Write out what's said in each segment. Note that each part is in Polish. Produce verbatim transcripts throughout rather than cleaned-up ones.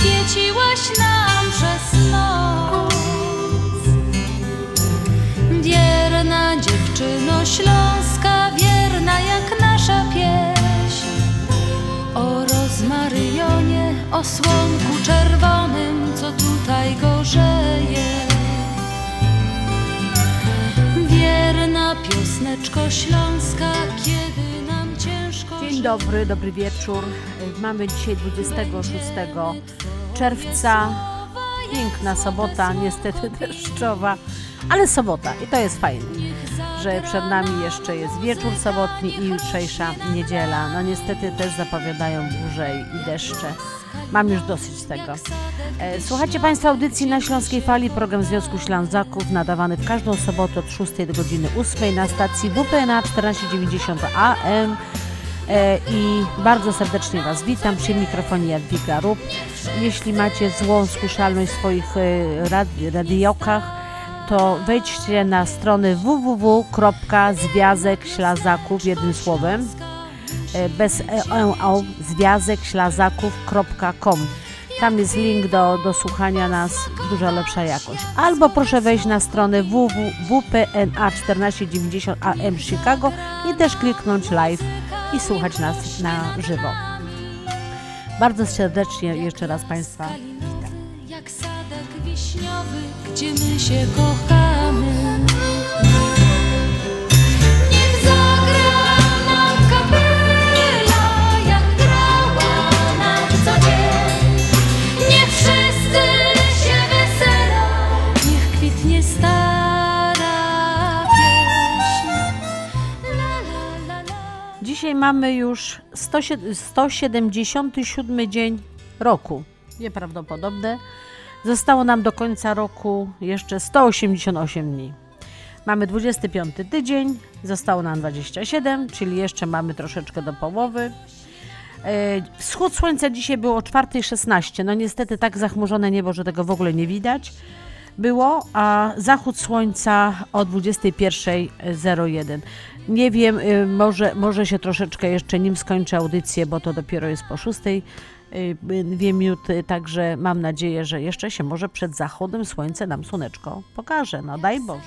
świeciłaś nam przez noc. Wierna dziewczyno śląska, wierna jak nasza pieśń o rozmaryjonie, o słonku czerwonym, co tutaj gorzeje. Wierna piosneczko śląska, kiedy nam ciężko... Dzień dobry, dobry wieczór. Mamy dzisiaj dwudziestego szóstego czerwca. Piękna sobota, niestety deszczowa, ale sobota i to jest fajne, że przed nami jeszcze jest wieczór sobotni i jutrzejsza niedziela. No niestety też zapowiadają burze i deszcze. Mam już dosyć tego. Słuchajcie Państwo audycji na Śląskiej Fali, program Związku Ślązaków nadawany w każdą sobotę od szóstej do godziny ósmej na stacji W P N A czternaście dziewięćdziesiąt A M. I bardzo serdecznie Was witam przy mikrofonie Jadwiga Rup. Jeśli macie złą słyszalność w swoich radiokach, to wejdźcie na stronę w w w kropka związek ślązaków jednym słowem bez e, związek ślązaków kropka com. Tam jest link do, do słuchania nas, dużo lepsza jakość. Albo proszę wejść na stronę w w w W P N A czternaście dziewięćdziesiąt A M Chicago i też kliknąć live i słuchać nas na żywo. Bardzo serdecznie jeszcze raz Państwa witam. Jak sadek wiśniowy, gdzie my się kochamy. Niech zagra nam kapela, jak grała nam co dzień. Niech wszyscy się wesela, niech kwitnie stara pieśń. La, la, la, la. Dzisiaj mamy już sto siedemdziesiąty siódmy dzień roku. Nieprawdopodobne. Zostało nam do końca roku jeszcze sto osiemdziesiąt osiem dni. Mamy dwudziesty piąty tydzień, zostało nam dwadzieścia siedem, czyli jeszcze mamy troszeczkę do połowy. Wschód słońca dzisiaj było o czwarta szesnaście. No niestety tak zachmurzone niebo, że tego w ogóle nie widać było, a zachód słońca o dwudziesta pierwsza zero jeden. Nie wiem, może, może się troszeczkę jeszcze nim skończę audycję, bo to dopiero jest po szóstej dwie minuty, także mam nadzieję, że jeszcze się może przed zachodem słońca nam słoneczko pokaże, no daj Boże.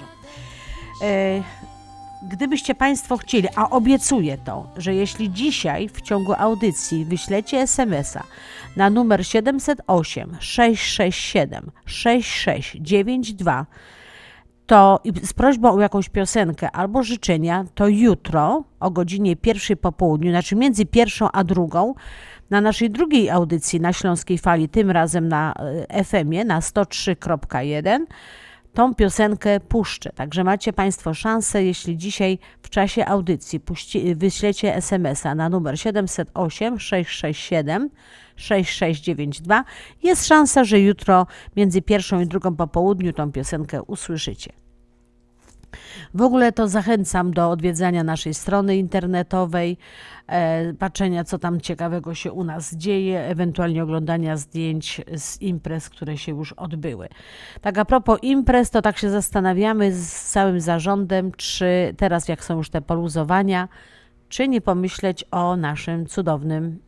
Gdybyście Państwo chcieli, a obiecuję to, że jeśli dzisiaj w ciągu audycji wyślecie es em es a na numer siedem zero osiem sześć sześć siedem sześć sześć dziewięć dwa, to z prośbą o jakąś piosenkę albo życzenia, to jutro o godzinie pierwszej po południu, znaczy między pierwszą a drugą, na naszej drugiej audycji na Śląskiej Fali, tym razem na ef em ie, na sto trzy kropka jeden, tą piosenkę puszczę. Także macie Państwo szansę, jeśli dzisiaj w czasie audycji puści, wyślecie es em es a na numer siedem zero osiem sześć sześć siedem sześć sześć dziewięć dwa, jest szansa, że jutro między pierwszą i drugą po południu tą piosenkę usłyszycie. W ogóle to zachęcam do odwiedzania naszej strony internetowej, e, patrzenia, co tam ciekawego się u nas dzieje, ewentualnie oglądania zdjęć z imprez, które się już odbyły. Tak a propos imprez, to tak się zastanawiamy z całym zarządem, czy teraz jak są już te poluzowania, czy nie pomyśleć o naszym cudownym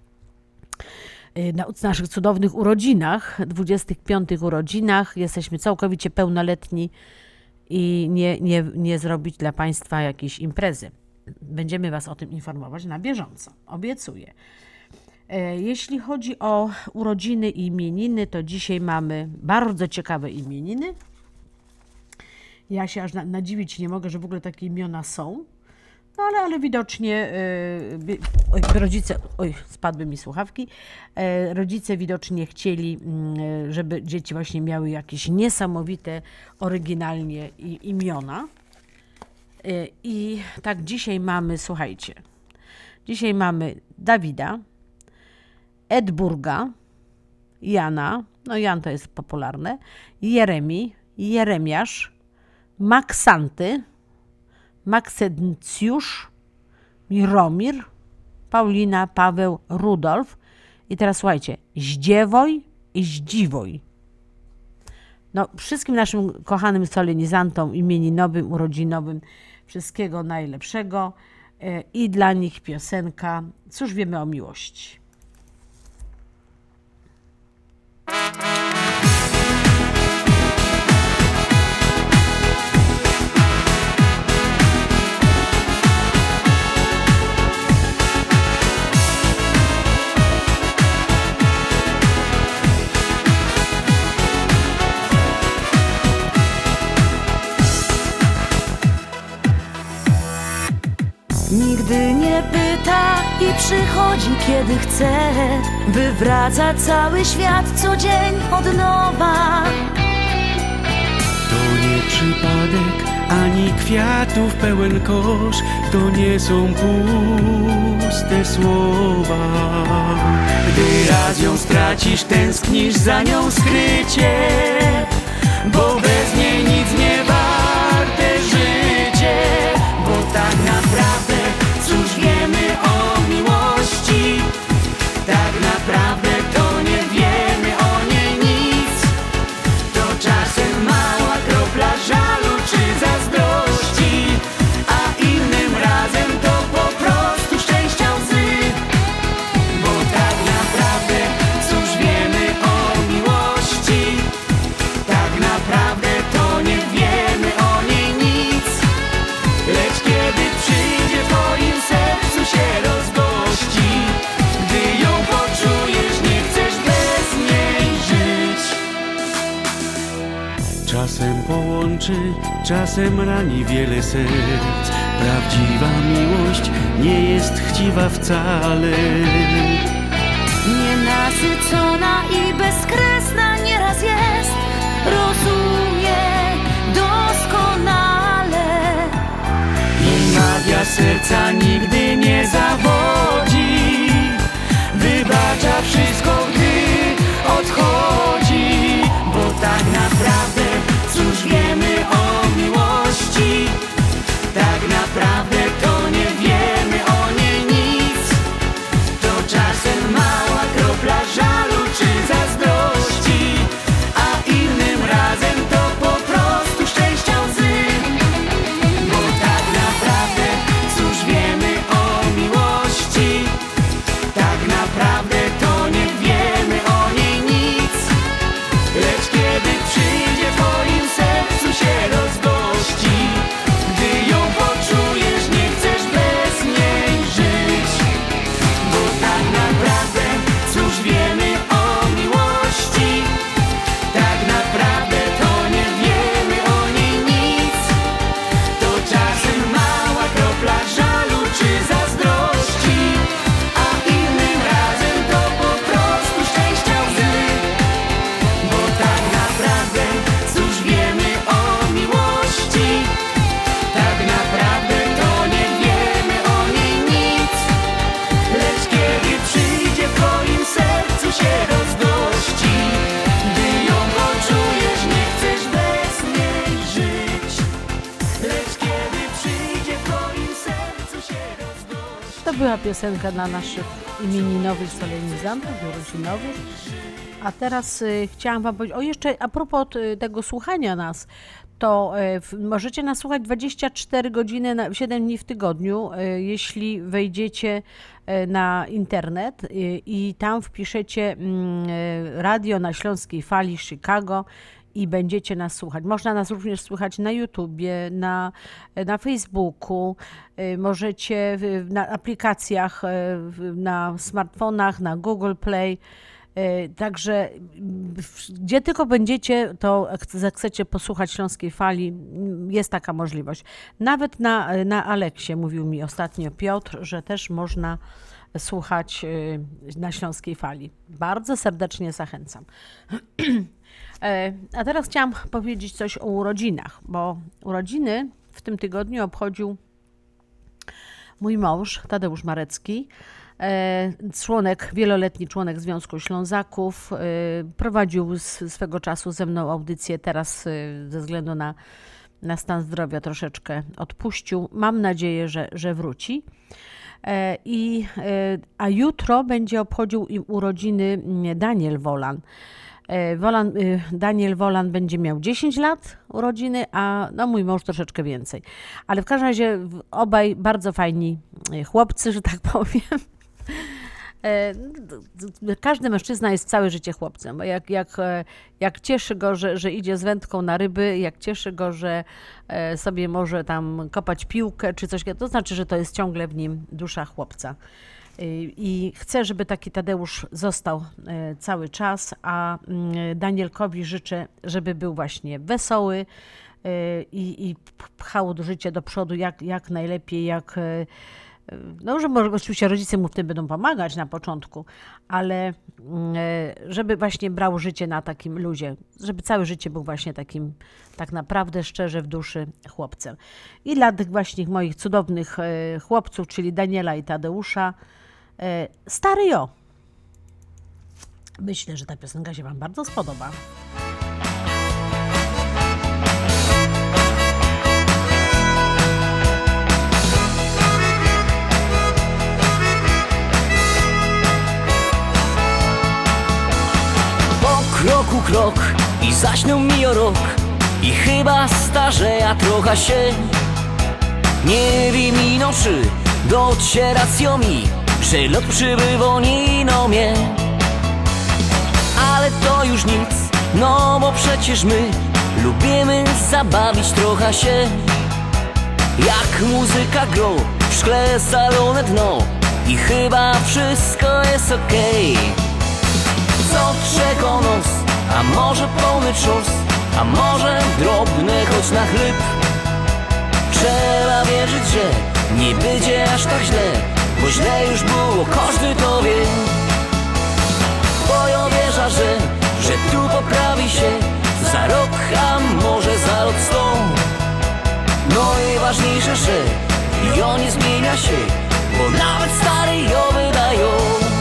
na naszych cudownych urodzinach, dwudziestych piątych urodzinach. Jesteśmy całkowicie pełnoletni i nie, nie, nie zrobić dla Państwa jakiejś imprezy. Będziemy Was o tym informować na bieżąco, obiecuję. Jeśli chodzi o urodziny i imieniny, to dzisiaj mamy bardzo ciekawe imieniny. Ja się aż nadziwić nie mogę, że w ogóle takie imiona są. No ale, ale widocznie yy, oj, rodzice, oj, spadły mi słuchawki, yy, rodzice widocznie chcieli, yy, żeby dzieci właśnie miały jakieś niesamowite, oryginalnie i, imiona. Yy, I tak dzisiaj mamy, słuchajcie, dzisiaj mamy Dawida, Edburga, Jana, no Jan to jest popularne, Jeremi, Jeremiasz, Maksanty, Maksencjusz, Miromir, Paulina, Paweł, Rudolf. I teraz słuchajcie, Zdziewoj i Zdziwoj. No, wszystkim naszym kochanym solenizantom imieninowym, urodzinowym wszystkiego najlepszego i dla nich piosenka Cóż wiemy o miłości. i przychodzi kiedy chce. Wywraca cały świat co dzień od nowa. To nie przypadek, ani kwiatów pełen kosz, to nie są puste słowa. Gdy raz ją stracisz, tęsknisz za nią skrycie, bo bez niej nic nie warte życie. Bo tak naprawdę cóż wiemy o miłości? Tak naprawdę to nie wiemy o niej nic. To czasem mała kropla żalu czy zazdrości, a innym razem to po prostu szczęścia łzy. Bo tak naprawdę cóż wiemy o miłości? Tak naprawdę to nie wiemy o niej nic. Lecz kiedy przyjdzie w twoim sercu się rozgości, gdy ją poczujesz, nie chcesz bez niej żyć. Czasem połączy, czasem rani wiele serc. Prawdziwa miłość nie jest chciwa wcale. Nienasycona i bezkresna nieraz jest, rozumie doskonale. I magia serca nigdy nie zawodzi. Wybacza wszystko, gdy odchodzi. Bo tak naprawdę cóż wiemy o miłości? Tak naprawdę to nie wiemy o niej nic. To czasem mała kropla żalu czy zazdrości, a innym razem to po prostu szczęścia łzy. Bo tak naprawdę cóż wiemy o miłości? Tak naprawdę to nie wiemy o niej nic. Lecz kiedy przyjdzie w twoim sercu się rozgości, gdy ją poczujesz, nie chcesz bez niej żyć. Bo tak naprawdę cóż wiemy o miłości? Tak naprawdę to nie wiemy o niej nic. To czasem mała kropla żalu czy zazdrości, a innym razem to po prostu szczęścia łzy. Bo tak naprawdę cóż wiemy o miłości? Tak naprawdę to nie wiemy o niej nic. Lecz kiedy przyjdzie w twoim sercu się rozgości, gdy ją poczujesz, nie chcesz bez niej żyć. Lecz kiedy przyjdzie w twoim sercu się rozgości. To była piosenka dla naszych imieninowych solenizantów, urodzinowych. A teraz y, chciałam wam powiedzieć, o jeszcze a propos y, tego słuchania nas, to y, w, możecie nas słuchać dwadzieścia cztery godziny, na, siedem dni w tygodniu, y, jeśli wejdziecie y, na internet y, i tam wpiszecie y, radio na Śląskiej Fali Chicago i będziecie nas słuchać. Można nas również słuchać na YouTubie, na, na Facebooku, y, możecie w, na aplikacjach, y, w- na smartfonach, na Google Play. Y, Także w- gdzie tylko będziecie, to jak chcecie posłuchać Śląskiej Fali, mm, jest taka możliwość. Nawet na, na Aleksie mówił mi ostatnio Piotr, że też można słuchać y, na Śląskiej Fali. Bardzo serdecznie zachęcam. E, A teraz chciałam powiedzieć coś o urodzinach, bo urodziny w tym tygodniu obchodził mój mąż, Tadeusz Marecki, e, członek, wieloletni członek Związku Ślązaków, e, prowadził s- swego czasu ze mną audycję, teraz e, ze względu na, na stan zdrowia troszeczkę odpuścił. Mam nadzieję, że, że wróci. E, I, e, a jutro będzie obchodził im urodziny mm, Daniel Wolan. E, Wolan, y, Daniel Wolan będzie miał dziesięć lat urodziny, a no, mój mąż troszeczkę więcej. Ale w każdym razie w- obaj bardzo fajni y, chłopcy, że tak powiem. E, d- d- Każdy mężczyzna jest całe życie chłopcem. Bo Jak, jak, e, jak cieszy go, że, że idzie z wędką na ryby, jak cieszy go, że e, sobie może tam kopać piłkę czy coś, to znaczy, że to jest ciągle w nim dusza chłopca. Y, I chcę, żeby taki Tadeusz został e, cały czas, a mm, Danielkowi życzę, żeby był właśnie wesoły e, i, i pchał do życia do przodu jak, jak najlepiej, jak, e, no, że może oczywiście rodzice mu w tym będą pomagać na początku, ale żeby właśnie brał życie na takim luzie, żeby całe życie był właśnie takim tak naprawdę szczerze w duszy chłopcem. I dla tych właśnie moich cudownych chłopców, czyli Daniela i Tadeusza, Stary Jo. Myślę, że ta piosenka się wam bardzo spodoba. Kroku krok i zaśnił mi o rok i chyba starzeja trochę się. Nie wiem ino czy docieracją mi, że lot przybywa nino mnie. Ale to już nic, no bo przecież my lubimy zabawić trochę się. Jak muzyka gro, w szkle salone dno i chyba wszystko jest okej. Co czego nos, a może pełny czos, a może drobny choć na chleb. Trzeba wierzyć, że nie będzie aż tak źle, bo źle już było, każdy to wie. Bo ja wierzę, że, że tu poprawi się za rok, a może za rok sto. No i ważniejsze, że jo nie zmienia się, bo nawet stary jo wydają.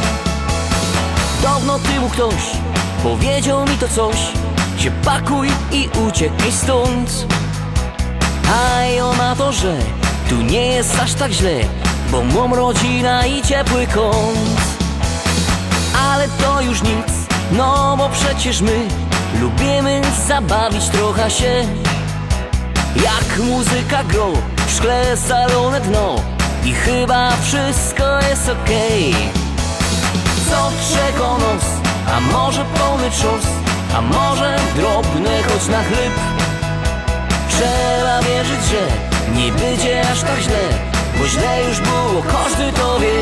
Dawno temu ktoś powiedział mi to coś, się pakuj i uciekaj stąd. A ja na to, że tu nie jest aż tak źle, bo mam rodzina i ciepły kąt. Ale to już nic, no bo przecież my lubimy zabawić trochę się. Jak muzyka gro, w szkle salone dno i chyba wszystko jest okej. Co czego nos, a może pełny czos, a może drobny choć na chleb. Trzeba wierzyć, że nie będzie aż tak źle, bo źle już było, każdy to wie.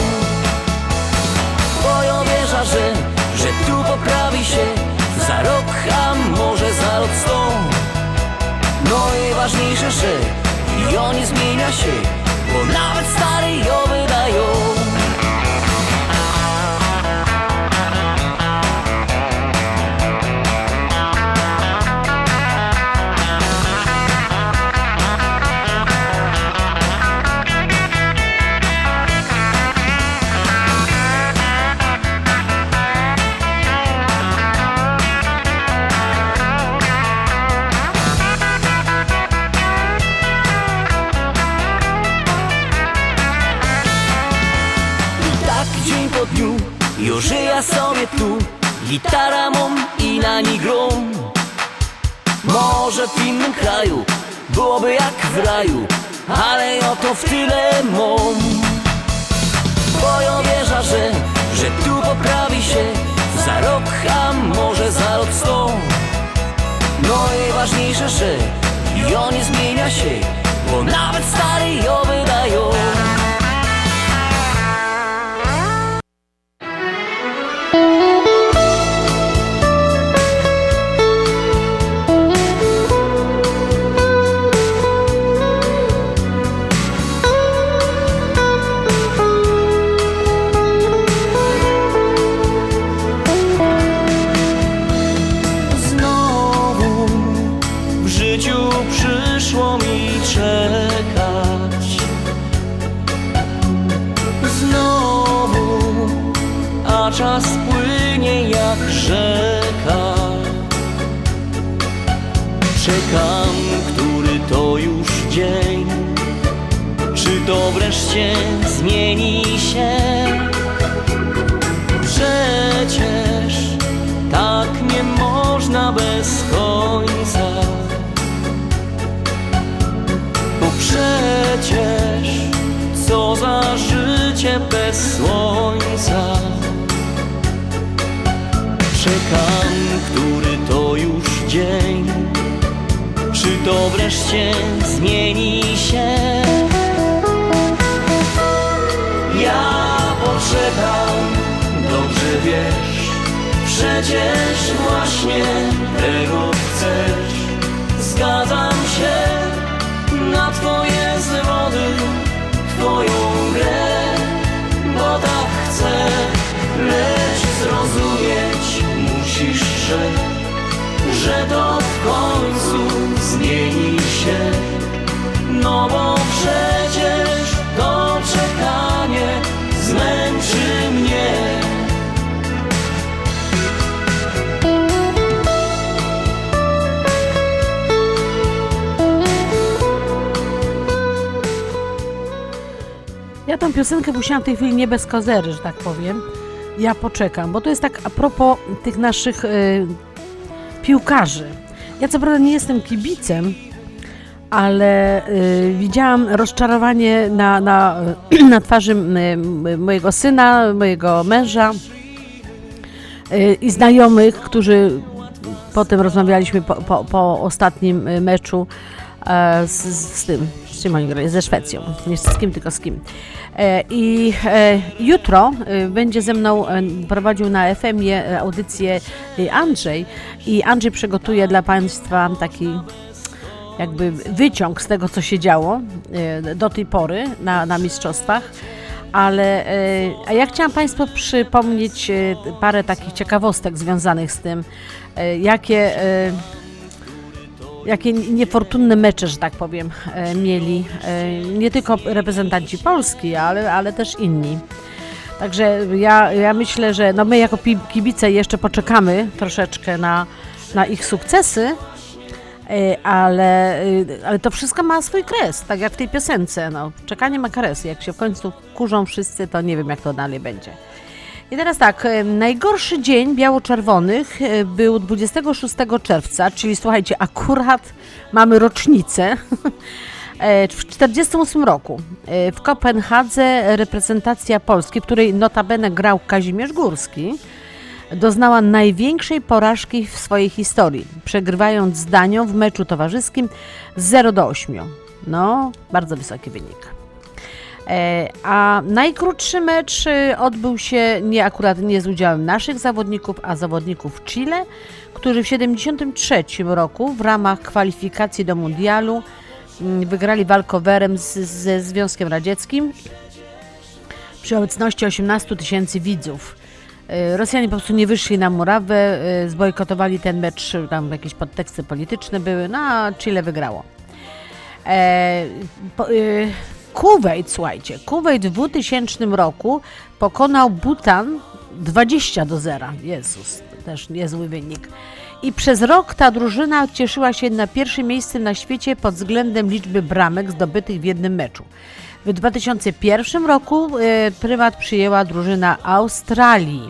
Bo ja wierzę, że, że tu poprawi się za rok, a może za rok sto. No i ważniejsze, że jo nie zmienia się, bo nawet stary jo wydają. Już ja sobie tu gitara mam i na niej grom. Może w innym kraju byłoby jak w raju, ale ja to w tyle mam. Bo ja wierzę, że, że tu poprawi się za rok, a może za rok sto. No i ważniejsze, że jo nie zmienia się, bo nawet stary jo wydają. Przyszło mi czekać znowu, a czas płynie jak rzeka. Czekam, który to już dzień, czy to wreszcie zmieni się. Przecież tak nie można bez końca. Przecież co za życie bez słońca. Czekam, który to już dzień, czy to wreszcie zmieni się. Ja poczekam, dobrze wiesz, przecież właśnie tego chcesz. Zgadzam się na twoje zwrody, twoją grę. serce, lecz zrozumieć musisz, że, że to w końcu zmieni się. No bo przecież to czekanie zmęczy mnie. Ja tą piosenkę puściłam w tej chwili nie bez kozery, że tak powiem. Ja poczekam, bo to jest tak a propos tych naszych y, piłkarzy. Ja co prawda nie jestem kibicem, ale y, widziałam rozczarowanie na, na, na twarzy y, mojego syna, mojego męża y, i znajomych, którzy potem rozmawialiśmy po, po, po ostatnim meczu e, z, z tym, z czym oni grali, ze Szwecją, nie z kim, tylko z kim. E, I e, jutro e, będzie ze mną e, prowadził na F M ie audycję e, Andrzej i Andrzej przygotuje dla Państwa taki jakby wyciąg z tego, co się działo e, do tej pory na, na mistrzostwach. Ale e, a ja chciałam Państwu przypomnieć e, parę takich ciekawostek związanych z tym, e, jakie, e, jakie niefortunne mecze, że tak powiem, e, mieli e, nie tylko reprezentanci Polski, ale, ale też inni. Także ja, ja myślę, że no my jako kibice jeszcze poczekamy troszeczkę na, na ich sukcesy, ale, ale to wszystko ma swój kres, tak jak w tej piosence. No, czekanie ma kres. Jak się w końcu kurzą wszyscy, to nie wiem, jak to dalej będzie. I teraz tak, najgorszy dzień biało-czerwonych był dwudziestego szóstego czerwca, czyli słuchajcie, akurat mamy rocznicę. W czterdziestym ósmym roku w Kopenhadze reprezentacja Polski, w której notabene grał Kazimierz Górski, doznała największej porażki w swojej historii, przegrywając z Danią w meczu towarzyskim zero do ośmiu. No, bardzo wysoki wynik. E, a najkrótszy mecz odbył się nie akurat nie z udziałem naszych zawodników, a zawodników Chile, którzy w siedemdziesiątym trzecim roku w ramach kwalifikacji do mundialu wygrali walkowerem z, ze Związkiem Radzieckim przy obecności osiemnastu tysięcy widzów. Rosjanie po prostu nie wyszli na murawę, zbojkotowali ten mecz, tam jakieś podteksty polityczne były, no a Chile wygrało. E, po, e, Kuwejt, słuchajcie, Kuwejt w dwutysięcznym roku pokonał Butan dwadzieścia do zera. Jezus, to też niezły wynik. I przez rok ta drużyna cieszyła się na pierwszym miejscu na świecie pod względem liczby bramek zdobytych w jednym meczu. W dwa tysiące pierwszym roku y, prymat przyjęła drużyna Australii,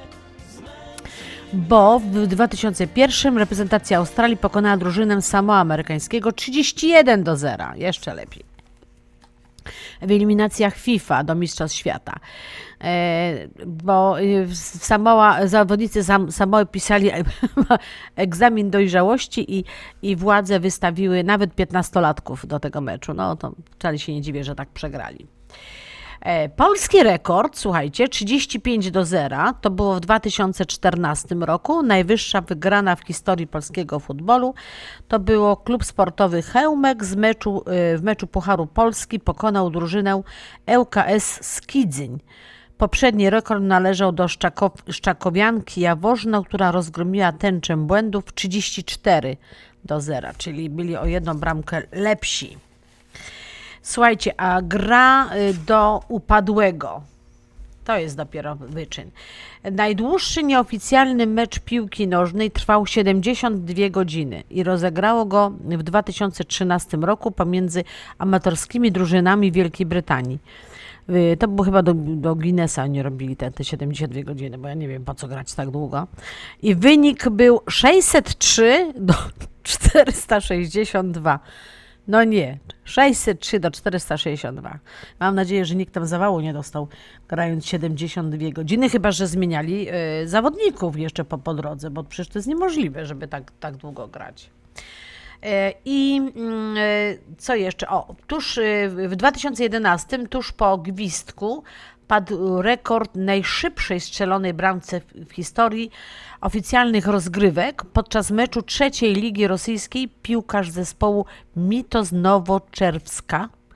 bo w dwa tysiące pierwszym reprezentacja Australii pokonała drużynę Samoa Amerykańskiego trzydzieści jeden do zera, jeszcze lepiej. W eliminacjach FIFA do Mistrzostw Świata, e, bo w Samoa, zawodnicy Sam, Samoy pisali egzamin dojrzałości i, i władze wystawiły nawet piętnastolatków do tego meczu. No to wcale się nie dziwię, że tak przegrali. E, polski rekord, słuchajcie, trzydzieści pięć do zera, to było w dwa tysiące czternastym roku, najwyższa wygrana w historii polskiego futbolu. To było klub sportowy Chełmek z meczu, w meczu Pucharu Polski pokonał drużynę L K S Skidzyń. Poprzedni rekord należał do Szczakow- Szczakowianki Jaworzno, która rozgromiła tęczę błędów trzydzieści cztery do zera, czyli byli o jedną bramkę lepsi. Słuchajcie, a gra do upadłego, to jest dopiero wyczyn. Najdłuższy nieoficjalny mecz piłki nożnej trwał siedemdziesiąt dwie godziny i rozegrało go w dwa tysiące trzynastym roku pomiędzy amatorskimi drużynami Wielkiej Brytanii. To było chyba do, do Guinnessa, oni robili te, te siedemdziesiąt dwie godziny, bo ja nie wiem, po co grać tak długo. I wynik był sześćset trzy do czterysta sześćdziesiąt dwa. No nie, sześćset trzy do czterysta sześćdziesiąt dwa. Mam nadzieję, że nikt tam zawału nie dostał, grając siedemdziesiąt dwie godziny, chyba że zmieniali y, zawodników jeszcze po, po drodze, bo przecież to jest niemożliwe, żeby tak, tak długo grać. Y, I y, co jeszcze? O, tuż y, w dwa tysiące jedenastym, tuż po gwizdku, padł rekord najszybszej strzelonej bramce w, w historii oficjalnych rozgrywek. Podczas meczu trzeciej ligi rosyjskiej piłkarz zespołu Mitos Nowoczerwska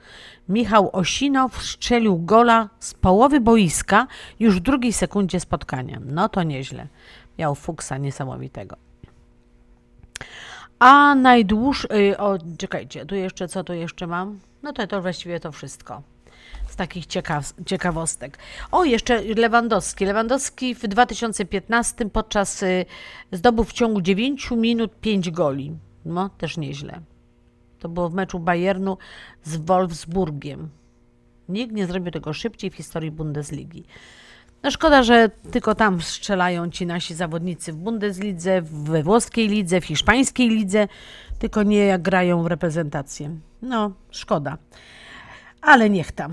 Michał Osinow strzelił gola z połowy boiska już w drugiej sekundzie spotkania. No to nieźle. Miał fuksa niesamowitego. A najdłuższy... O, czekajcie, tu jeszcze, co tu jeszcze mam? No to to właściwie to wszystko. Z takich ciekaw, ciekawostek. O, jeszcze Lewandowski. Lewandowski w dwa tysiące piętnastym podczas y, zdobył w ciągu dziewięciu minut pięć goli. No, też nieźle. To było w meczu Bayernu z Wolfsburgiem. Nikt nie zrobił tego szybciej w historii Bundesligi. No szkoda, że tylko tam strzelają ci nasi zawodnicy w Bundeslidze, we włoskiej lidze, w hiszpańskiej lidze, tylko nie jak grają w reprezentację. No, szkoda. Ale niech tam.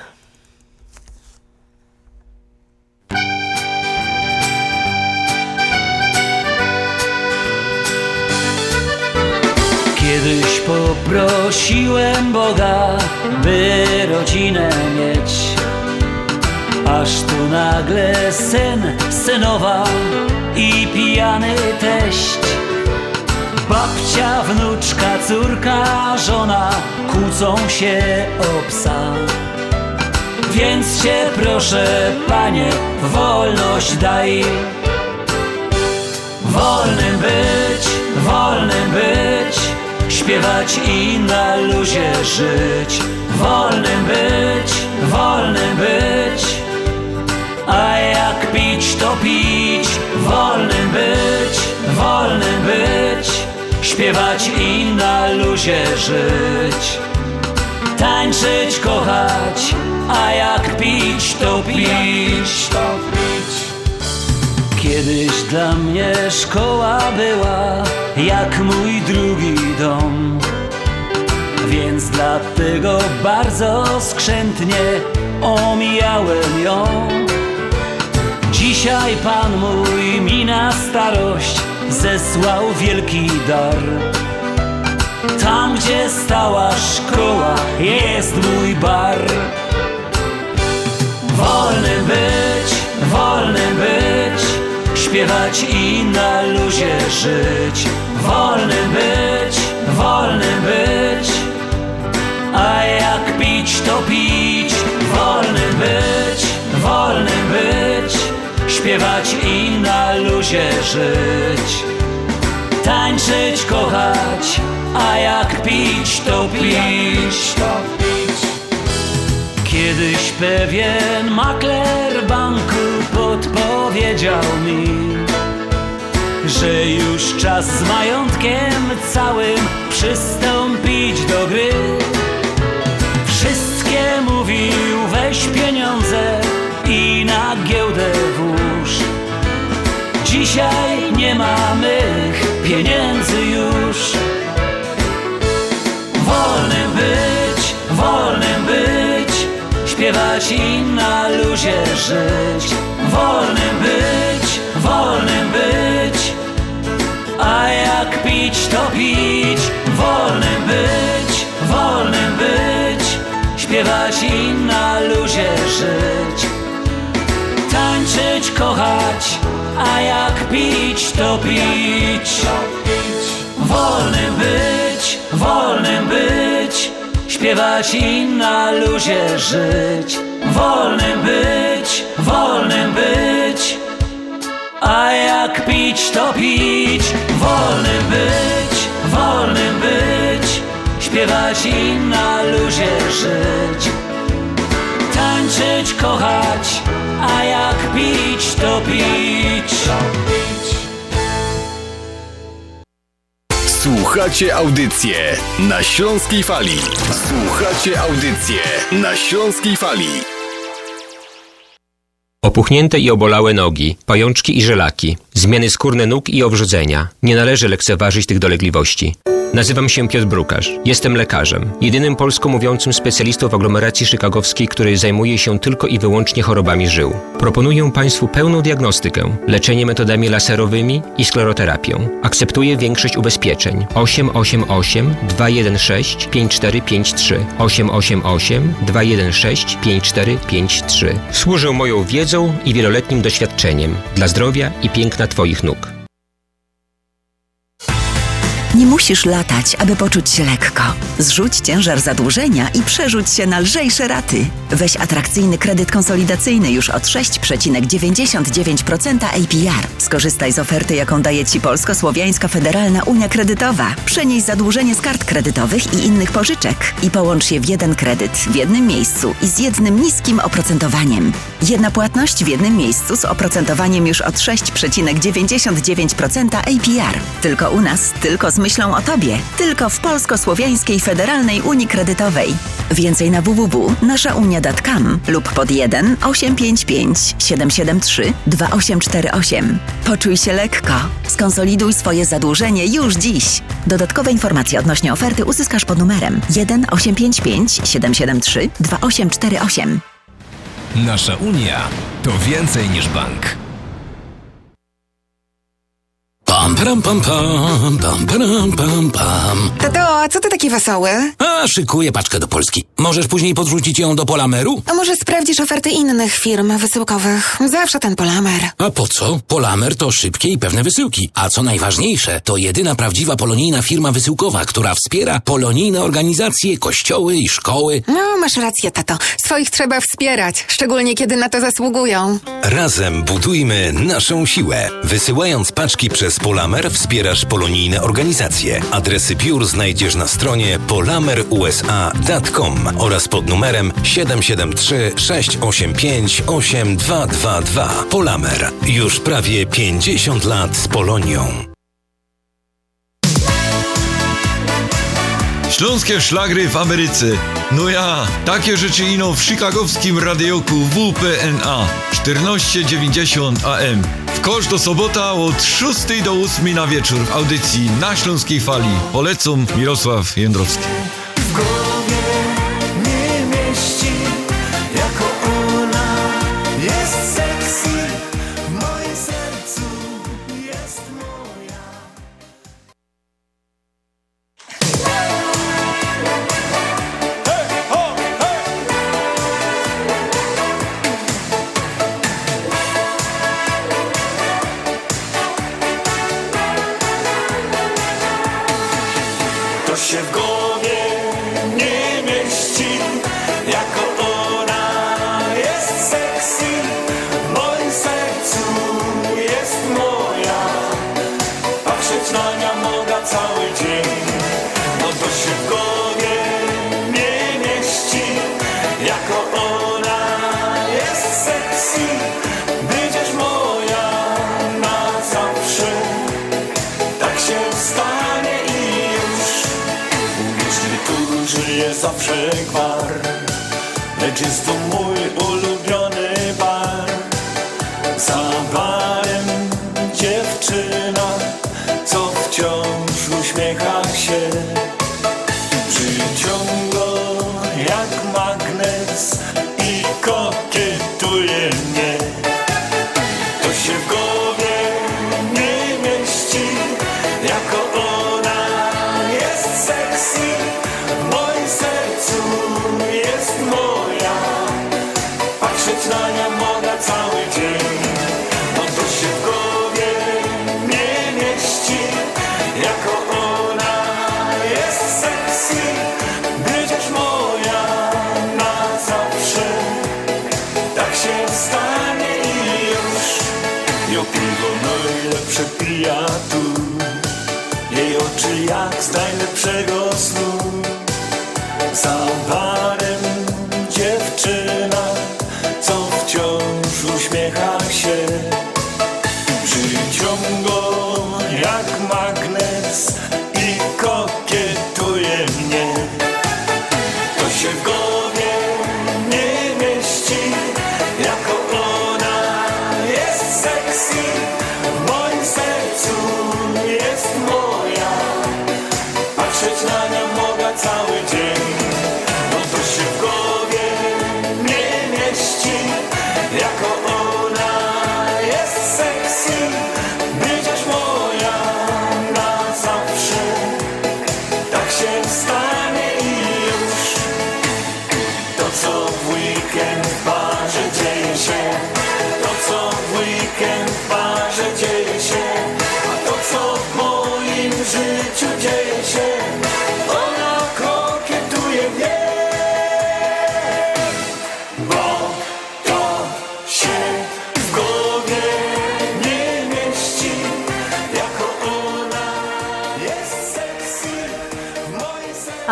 Kiedyś poprosiłem Boga, by rodzinę mieć, aż tu nagle syn, synowa i pijany teść. Babcia, wnuczka, córka, żona kłócą się o psa. Więc cię proszę, Panie, wolność daj. Wolnym być, wolnym być, śpiewać i na luzie żyć. Wolnym być, wolnym być, a jak pić to pić. Wolnym być, wolnym być, śpiewać i na luzie żyć. Tańczyć, kochać, a jak pić to pić. Kiedyś dla mnie szkoła była jak mój drugi dom, więc dlatego bardzo skrzętnie omijałem ją. Dzisiaj Pan mój mi na starość zesłał wielki dar. Tam, gdzie stała szkoła, jest mój bar. Wolnym być, wolnym być, śpiewać i na luzie żyć. Wolnym być, wolnym być, a jak pić to pić. Wolnym być, wolnym być, śpiewać i na luzie żyć. Tańczyć, kochać, a jak pić to pić. Kiedyś pewien makler banku podpowiedział mi, że już czas z majątkiem całym przystąpić do gry. Wszystkie mówił, weź pieniądze i na giełdę włóż. Dzisiaj nie ma mych pieniędzy już. Wolnym być, wolnym być, śpiewać i na luzie żyć. Wolnym być, wolnym być, a jak pić to pić. Wolnym być, wolnym być, śpiewać i na luzie żyć. Tańczyć, kochać, a jak pić to pić. Wolnym być, wolnym być, śpiewać i na luzie żyć. Wolnym być, wolnym być, a jak pić to pić. Wolnym być, wolnym być, śpiewać i na luzie żyć. Tańczyć, kochać, a jak pić to pić. Słuchacie audycję na Śląskiej Fali. Słuchacie audycję na Śląskiej Fali. Opuchnięte i obolałe nogi, pajączki i żelaki, zmiany skórne nóg i owrzodzenia. Nie należy lekceważyć tych dolegliwości. Nazywam się Piotr Brukarz. Jestem lekarzem. Jedynym polsko mówiącym specjalistą w aglomeracji chicagowskiej, który zajmuje się tylko i wyłącznie chorobami żył. Proponuję Państwu pełną diagnostykę, leczenie metodami laserowymi i skleroterapią. Akceptuję większość ubezpieczeń. osiem osiem osiem dwa jeden sześć pięć cztery pięć trzy osiem osiem osiem dwa jeden sześć pięć cztery pięć trzy. Służę moją wiedzą i wieloletnim doświadczeniem dla zdrowia i piękna Twoich nóg. Nie musisz latać, aby poczuć się lekko. Zrzuć ciężar zadłużenia i przerzuć się na lżejsze raty. Weź atrakcyjny kredyt konsolidacyjny już od sześć przecinek dziewięćdziesiąt dziewięć procent A P R. Skorzystaj z oferty, jaką daje Ci Polsko-Słowiańska Federalna Unia Kredytowa. Przenieś zadłużenie z kart kredytowych i innych pożyczek i połącz je w jeden kredyt w jednym miejscu i z jednym niskim oprocentowaniem. Jedna płatność w jednym miejscu z oprocentowaniem już od sześć przecinek dziewięćdziesiąt dziewięć procent A P R. Tylko u nas, tylko z myślą o Tobie. Tylko w Polsko-Słowiańskiej Federalnej Unii Kredytowej. Więcej na w w w kropka nasza unia kropka com lub pod jeden osiem pięć pięć siedem siedem trzy dwa osiem cztery osiem. Poczuj się lekko. Skonsoliduj swoje zadłużenie już dziś. Dodatkowe informacje odnośnie oferty uzyskasz pod numerem jeden osiem pięć pięć siedem siedem trzy dwa osiem cztery osiem. Nasza Unia to więcej niż bank. Pam, pam, pam, pam, pam, pam, pam, pam. Tato, a co ty taki wesoły? A, szykuję paczkę do Polski. Możesz później podrzucić ją do Polameru? A może sprawdzisz oferty innych firm wysyłkowych? Zawsze ten Polamer. A po co? Polamer to szybkie i pewne wysyłki. A co najważniejsze, to jedyna prawdziwa polonijna firma wysyłkowa, która wspiera polonijne organizacje, kościoły i szkoły. No, masz rację, tato. Swoich trzeba wspierać, szczególnie kiedy na to zasługują. Razem budujmy naszą siłę. Wysyłając paczki przez Polamer wspierasz polonijne organizacje. Adresy biur znajdziesz na stronie polamer u s a kropka com oraz pod numerem siedem siedem trzy sześć osiem pięć osiem dwa dwa dwa. Polamer. Już prawie pięćdziesiąt lat z Polonią. Śląskie szlagry w Ameryce. No ja, takie rzeczy ino w chicagowskim radioku W P N A czternaście dziewięćdziesiąt A M. W kosz do sobota od szóstej do ósmej na wieczór w audycji Na Śląskiej Fali. Polecam Mirosław Jędrowski. W głowie nie mieści, jako ona jest sexy, w moim sercu jest moja. To się w głowie nie mieści, jako ona jest sexy, w moim sercu jest moja. Patrzeć na nią mogę cały dzień, no to się w głowie nie mieści, jako ona jest sexy, będziesz moja na zawsze. Tak się stanie i już. Jeśli tu żyje zawsze gwar, lecz jest to mój ulubiony bar. Za barem dziewczyna, co wciąż uśmiecha się, przyciąga jak magnes i kokietuje mnie. To się w głowie nie mieści, jako ona jest sexy, w moim sercu jest moja. Patrzeć na nią mogę cały dzień, no to się w głowie nie mieści, jako ona jest sexy, będziesz moja na zawsze. Tak się stanie i już. Jo piwo najlepsze pija tu, jej oczy jak z najlepszego snu. Za barem dziewczyna, co wciąż uśmiecha się, przyciąga jak magnes i kokietuje mnie. To się w głowie nie mieści, jako ona jest sexy, w moim sercu jest moja. Patrzeć na nią mogę cały dzień, no to się w głowie nie mieści, jako ona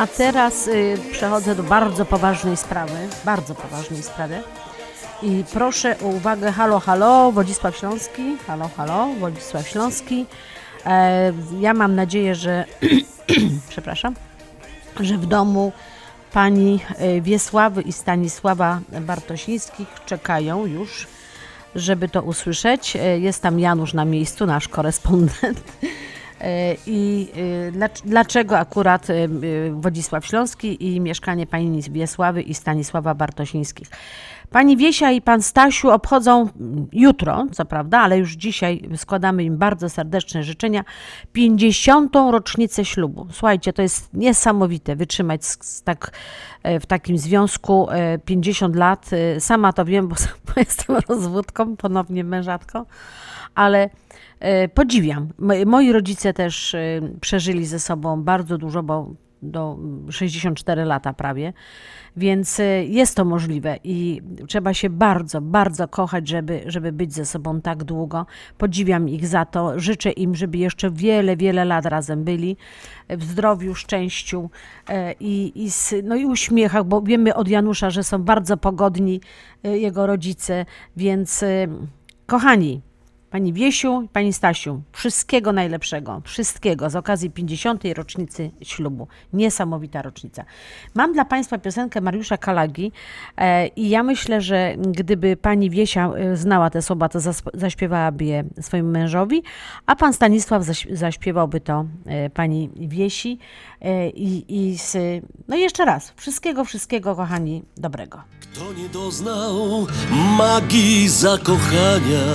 a teraz y, przechodzę do bardzo poważnej sprawy, bardzo poważnej sprawy. I proszę o uwagę, halo, halo, Wodzisław Śląski, halo, halo, Wodzisław Śląski. E, ja mam nadzieję, że, przepraszam, że w domu pani Wiesławy i Stanisława Bartosińskich czekają już, żeby to usłyszeć. Jest tam Janusz na miejscu, nasz korespondent. I dlaczego akurat Wodzisław Śląski i mieszkanie pani Wiesławy i Stanisława Bartosińskich? Pani Wiesia i pan Stasiu obchodzą jutro, co prawda, ale już dzisiaj składamy im bardzo serdeczne życzenia, pięćdziesiątą rocznicę ślubu. Słuchajcie, to jest niesamowite wytrzymać z, z tak, w takim związku pięćdziesiąt lat. Sama to wiem, bo, bo jestem rozwódką, ponownie mężatką, ale podziwiam. Moi rodzice też przeżyli ze sobą bardzo dużo, bo do sześćdziesiąt cztery lata prawie, więc jest to możliwe i trzeba się bardzo, bardzo kochać, żeby, żeby być ze sobą tak długo. Podziwiam ich za to, życzę im, żeby jeszcze wiele, wiele lat razem byli, w zdrowiu, szczęściu i, i, no i uśmiechach, bo wiemy od Janusza, że są bardzo pogodni jego rodzice, więc kochani, pani Wiesiu, pani Stasiu, wszystkiego najlepszego, wszystkiego z okazji pięćdziesiątej rocznicy ślubu. Niesamowita rocznica. Mam dla państwa piosenkę Mariusza Kalagi e, i ja myślę, że gdyby pani Wiesia znała te słowa, to zaśpiewałaby je swojemu mężowi, a pan Stanisław zaś, zaśpiewałby to e, pani Wiesi e, i, i z, no i jeszcze raz, wszystkiego, wszystkiego, kochani, dobrego. Kto nie doznał magii zakochania,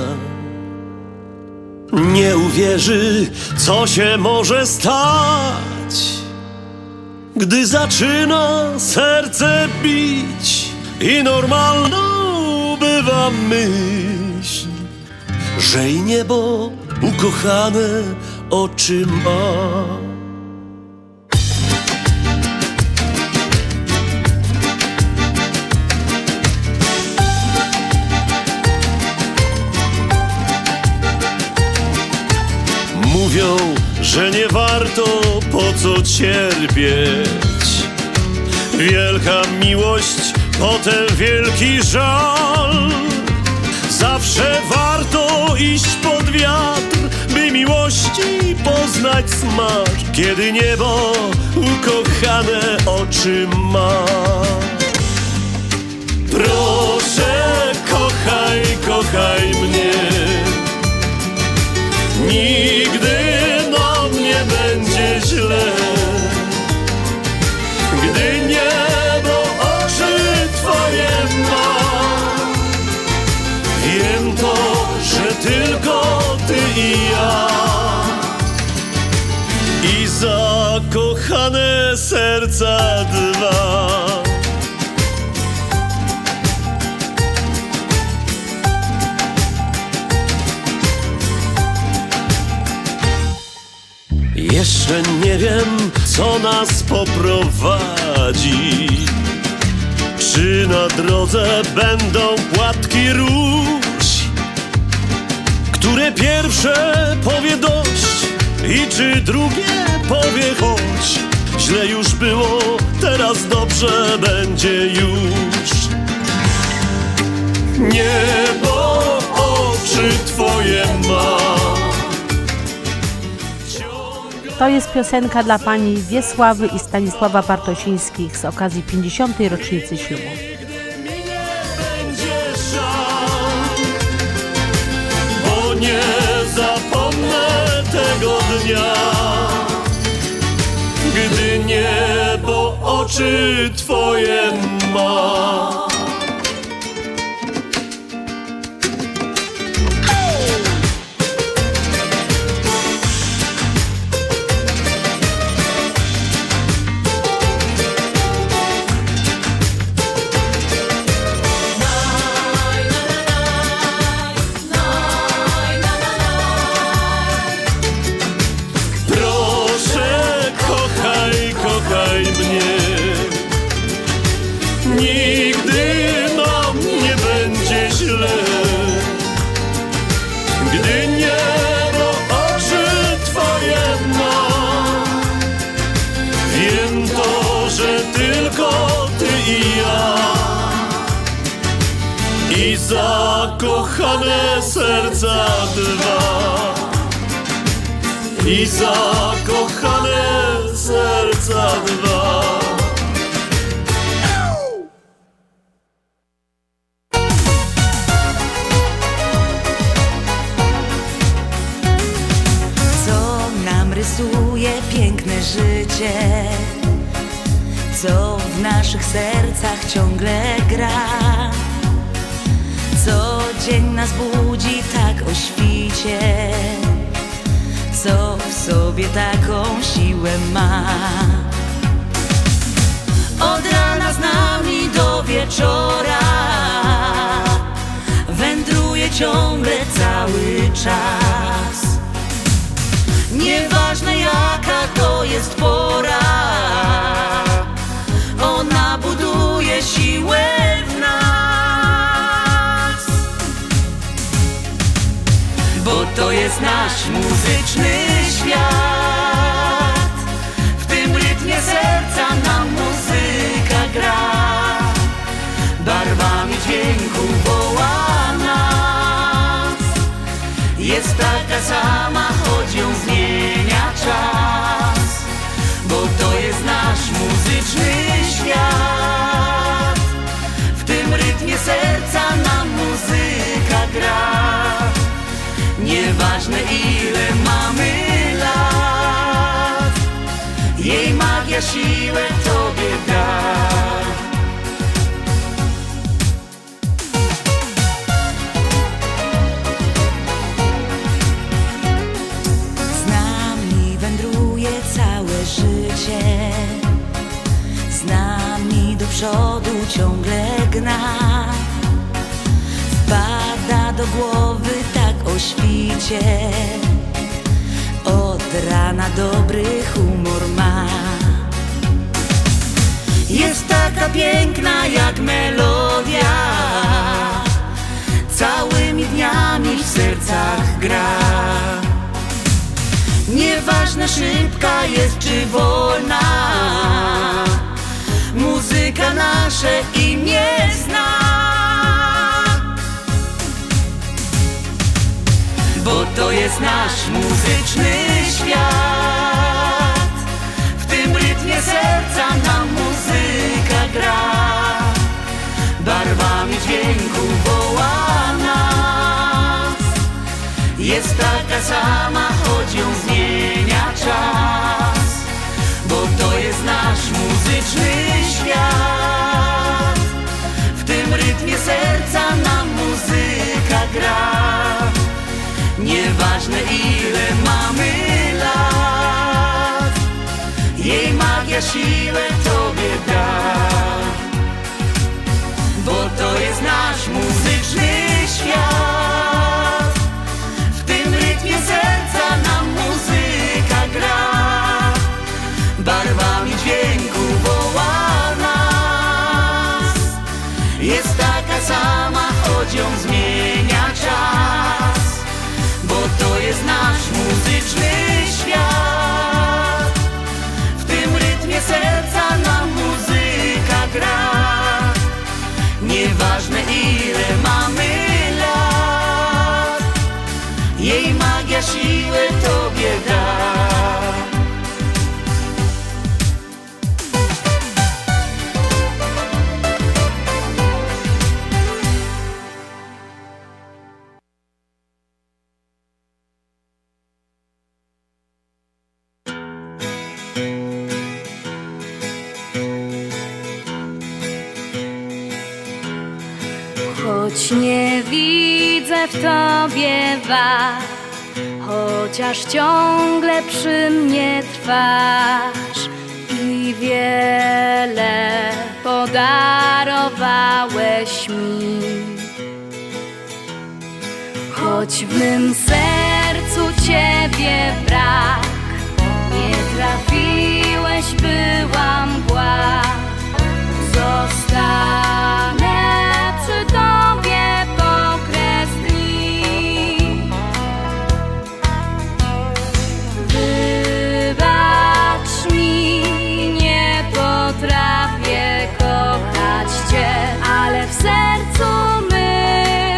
nie uwierzy, co się może stać, gdy zaczyna serce bić i normalną bywa myśl, że i niebo ukochane oczy ma. Mówią, że nie warto po co cierpieć. Wielka miłość, potem wielki żal. Zawsze warto iść pod wiatr, by miłości poznać smak, kiedy niebo ukochane oczy ma. Proszę, kochaj, kochaj mnie. Nigdy nam nie będzie źle, gdy niebo oczy twoje ma. Wiem to, że tylko ty i ja i zakochane serca dwa. Jeszcze nie wiem, co nas poprowadzi. Czy na drodze będą płatki róż, które pierwsze powie dość i czy drugie powie chodź. Źle już było, teraz dobrze będzie już. Niebo oczy twoje ma. To jest piosenka dla pani Wiesławy i Stanisława Bartosińskich z okazji pięćdziesiątej rocznicy ślubu. Bo nie zapomnę tego dnia, gdy niebo oczy twoje ma. Nigdy zakochane serca dwa. I zakochane serca dwa. Co nam rysuje piękne życie, co w naszych sercach ciągle gra, co dzień nas budzi tak o świcie, co w sobie taką siłę ma. Od rana z nami do wieczora wędruje ciągle cały czas. Nieważne jaka to jest pora, ona buduje siłę w nas. Bo to jest nasz muzyczny świat, w tym rytmie serca nam muzyka gra, barwami dźwięku woła nas. Jest taka sama, choć ją zmienia czas, bo to jest nasz muzyczny świat, w tym rytmie serca nam muzyka gra. Nieważne ile mamy lat, jej magia siłę tobie da. Z nami wędruje całe życie, z nami do przodu ciągle gna. Wpada do głowy tak o świcie, od rana dobry humor ma. Jest taka piękna jak melodia, całymi dniami w sercach gra. Nieważne szybka jest czy wolna, muzyka nasze imię zna. Bo to jest nasz muzyczny świat, w tym rytmie serca nam muzyka gra, barwami dźwięku woła nas. Jest taka sama, choć ją zmienia czas, bo to jest nasz muzyczny świat, w tym rytmie serca nam muzyka gra. Nieważne ile mamy lat, jej magia siłę tobie da. Bo to jest nasz muzyczny świat, w tym rytmie serca nam muzyka gra, barwami dźwięku woła nas. Jest taka sama, choć ją zmienia czas, bo to jest nasz muzyczny świat, w tym rytmie serca nam muzyka gra. Nieważne ile mamy lat, jej magia siłę tobie da. Choć nie widzę w tobie wad, chociaż ciągle przy mnie trwasz i wiele podarowałeś mi. Choć w mym sercu ciebie brak, nie trafiłeś, była mgła. Zostanę przy tobie po kres dni. Wybacz mi, nie potrafię kochać cię, ale w sercu mym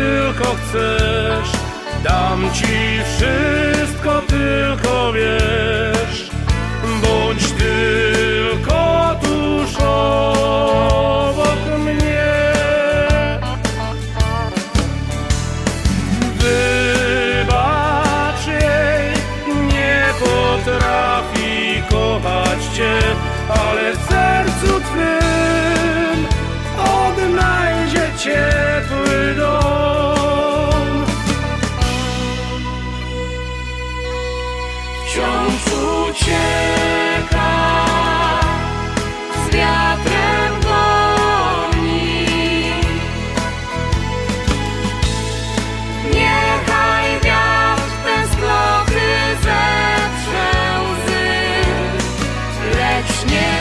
tylko chcesz. Dam ci wszystko, tylko wiesz. Bądź tylko tuż obok mnie. Wybacz jej, nie potrafi kochać cię, ale w sercu twym odnajdzie ciepły dom. Wciąż ucieka, z wiatrem goni. Niechaj wiatr tęsknoty zetrze łzy, lecz nie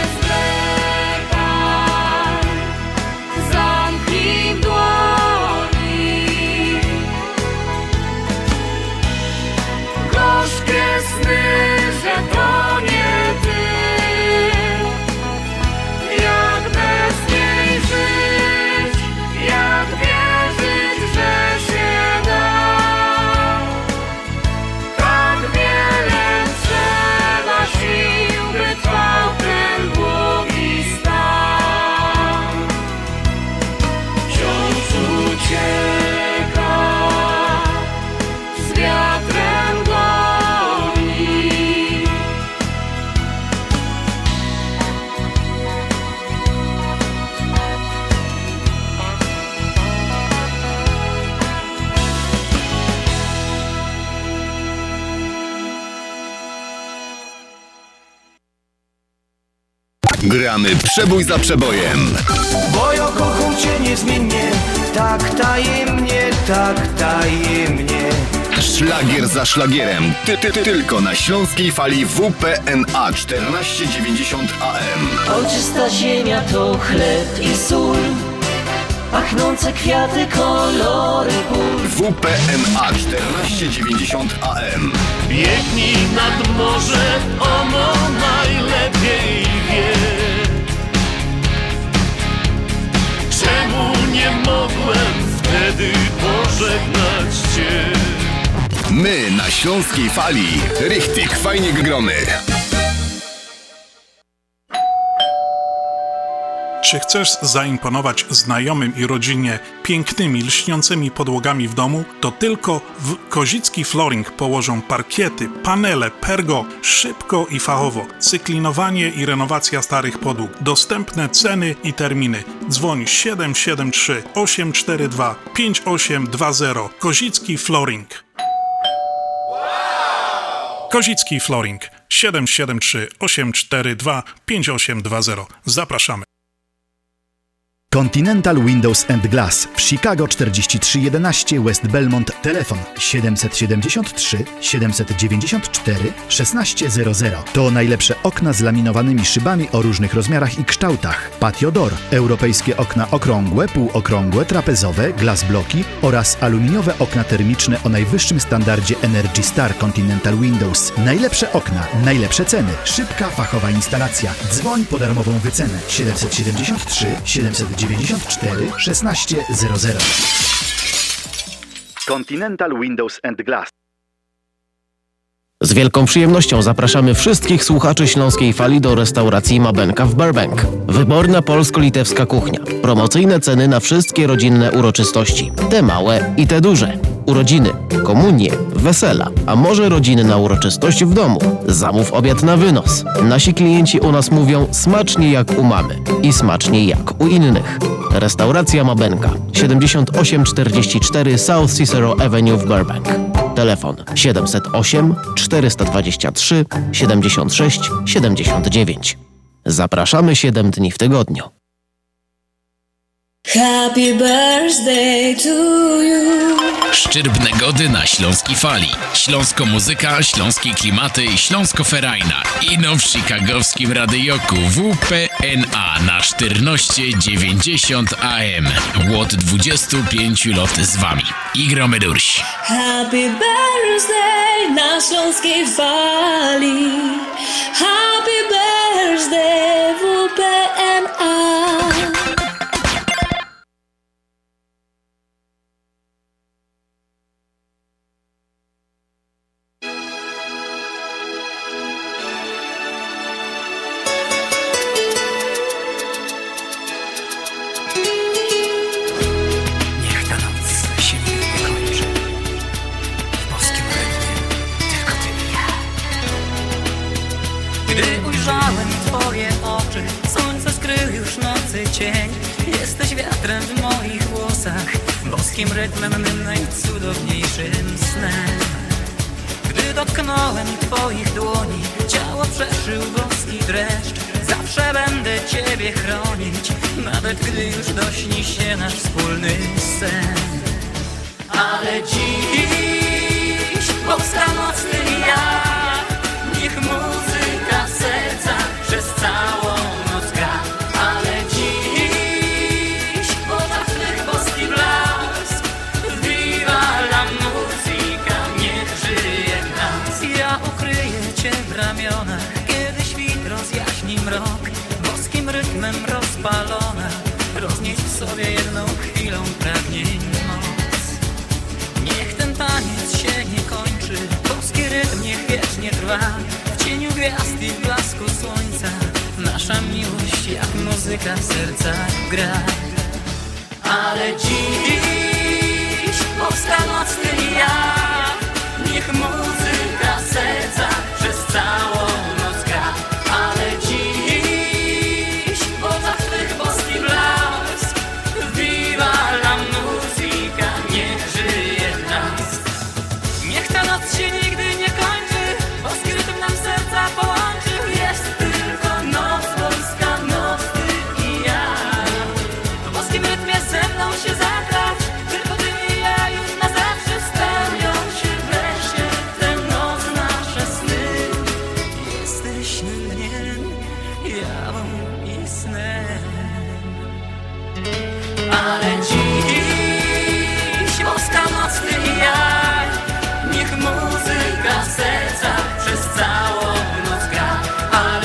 zwlekaj, zamknij w dłoni gorzkie sny, że to nie ty. Jak bez niej żyć, jak wierzyć, że się da. Tak wiele trzeba sił, by trwał ten długi stan. Wciąż ucieka, z wiatrem goni. Gramy przebój za przebojem. Bo ja kocham cię niezmiennie, tak tajemnie, tak tajemnie. Szlagier za szlagierem. Ty, ty, ty, tylko na śląskiej fali W P N A czternaście dziewięćdziesiąt A M. Ojczysta ziemia to chleb i sól, pachnące kwiaty, kolory pól. W P N A czternaście dziewięćdziesiąt A M. Biegnij nad morze, ono najlepiej wie. Czemu nie mogłem wtedy pożegnać cię? My na śląskiej fali. Richtig fajnie gromy. Czy chcesz zaimponować znajomym i rodzinie pięknymi, lśniącymi podłogami w domu? To tylko w Kozicki Flooring położą parkiety, panele, pergo, szybko i fachowo. Cyklinowanie i renowacja starych podłóg. Dostępne ceny i terminy. Dzwoń siedem siedem trzy, osiem cztery dwa, pięć osiem dwa zero. Kozicki Flooring. Kozicki Flooring siedem siedem trzy, osiem cztery dwa, pięć osiem dwa zero. Zapraszamy. Continental Windows and Glass w Chicago czterdzieści trzy jedenaście West Belmont. Telefon siedem siedem trzy, siedem dziewięć cztery, szesnaście zero zero. To najlepsze okna z laminowanymi szybami o różnych rozmiarach i kształtach. Patio Door, europejskie okna okrągłe, półokrągłe, trapezowe, glass bloki oraz aluminiowe okna termiczne o najwyższym standardzie Energy Star Continental Windows. Najlepsze okna, najlepsze ceny, szybka, fachowa instalacja. Dzwoń po darmową wycenę siedem siedem trzy, siedem dziewięć cztery, szesnaście zero zero. Continental Windows and Glass. Z wielką przyjemnością zapraszamy wszystkich słuchaczy Śląskiej Fali do restauracji Mabenka w Burbank. Wyborna polsko-litewska kuchnia. Promocyjne ceny na wszystkie rodzinne uroczystości. Te małe i te duże. Urodziny, komunie, wesela, a może rodzinna uroczystość w domu. Zamów obiad na wynos. Nasi klienci u nas mówią smacznie jak u mamy i smacznie jak u innych. Restauracja Mabenka, siedemdziesiąt osiem czterdzieści cztery South Cicero Avenue w Burbank. Telefon siedem zero osiem, czterysta dwadzieścia trzy, siedemdziesiąt sześć, siedemdziesiąt dziewięć. Zapraszamy siedem dni w tygodniu. Happy birthday to you. Szczyrbne gody na Śląskiej Fali. Śląsko muzyka, śląskie klimaty i śląsko-ferajna. Ino w chicagowskim radioku W P N A na czternaście dziewięćdziesiąt A M. Łot dwudziestu pięciu lat z wami. Igro Medurś. Happy birthday na Śląskiej Fali. Happy birthday W P N A. nocy cień. Jesteś wiatrem w moich włosach, boskim rytmem mym najcudowniejszym snem. Gdy dotknąłem twoich dłoni, ciało przeszył boski dreszcz. Zawsze będę ciebie chronić, nawet gdy już dośni się nasz wspólny sen. Ale dziś powsta nocny ja, niech muzyka serca przez całą noc gra. Ale dziś w oczach twych boski blask, viva la musica, niech żyje w nas. Ja ukryję cię w ramionach, kiedy świt rozjaśni mrok. Boskim rytmem rozpalona, roznieś w sobie jedną chwilą pragnień moc. Niech ten taniec się nie kończy, boski rytm niech wiecznie trwa. W cieniu gwiazd i w blasku słońca nasza miłość jak muzyka w sercach gra. Ale dziś powsta nocny ja, niech muzyka serca przez całą noc gra. Ale dziś w oczach twych boski blask, viva la musica, niech żyje w nas. Niech ta noc się nigdy nie kończy, boski rytm nam serca połączył. Jest tylko noc, boska noc, ty i ja. W boskim rytmie ze mną się zagrać, tylko ty i ja już na zawsze spełnią się wreszcie tę noc nasze sny. Jesteś dniem, jawą i snem. Ale dziś boska noc, ty i ja, niech muzyka w sercach przez całą noc gra. Ale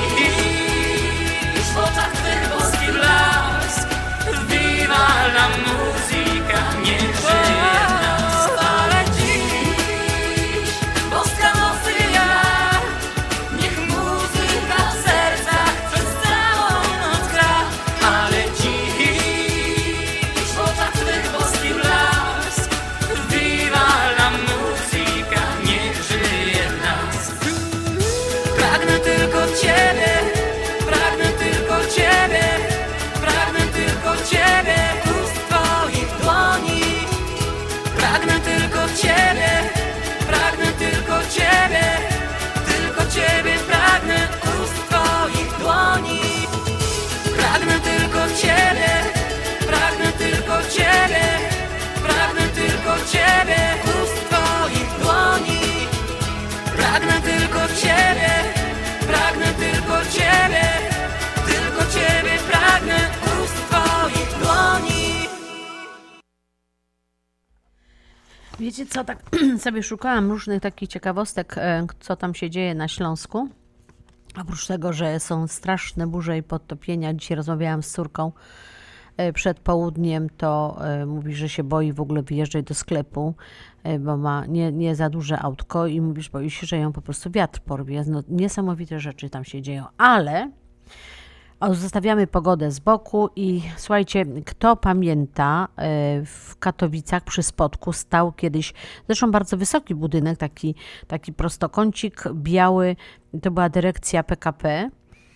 dziś w oczach twych boski blask, viva la musica, niech żyje w nas. Ale dziś boska noc, ty i ja, niech muzyka w sercach przez całą noc gra. Ale dziś w oczach twych boski blask, viva la musica, niech żyje w nas. Pragnę tylko ciebie, pragnę tylko ciebie, pragnę tylko ciebie, ust twoich dłoni. Pragnę tylko ciebie, pragnę tylko ciebie, tylko ciebie pragnę, ust twoich dłoni. Pragnę tylko ciebie, pragnę tylko ciebie, pragnę tylko ciebie, ust twoich dłoni. Pragnę tylko ciebie, pragnę tylko ciebie, tylko ciebie pragnę, ust twoich dłoni. Wiecie co, tak sobie szukałam różnych takich ciekawostek, e, co tam się dzieje na Śląsku. Oprócz tego, że są straszne burze i podtopienia. Dzisiaj rozmawiałam z córką e, przed południem, to e, mówi, że się boi w ogóle wyjeżdżać do sklepu, e, bo ma nie, nie za duże autko i mówisz, boi się, że ją po prostu wiatr porwie. No, niesamowite rzeczy tam się dzieją, ale o, zostawiamy pogodę z boku i słuchajcie, kto pamięta, w Katowicach przy Spodku stał kiedyś, zresztą bardzo wysoki budynek, taki, taki prostokącik biały, to była dyrekcja P K P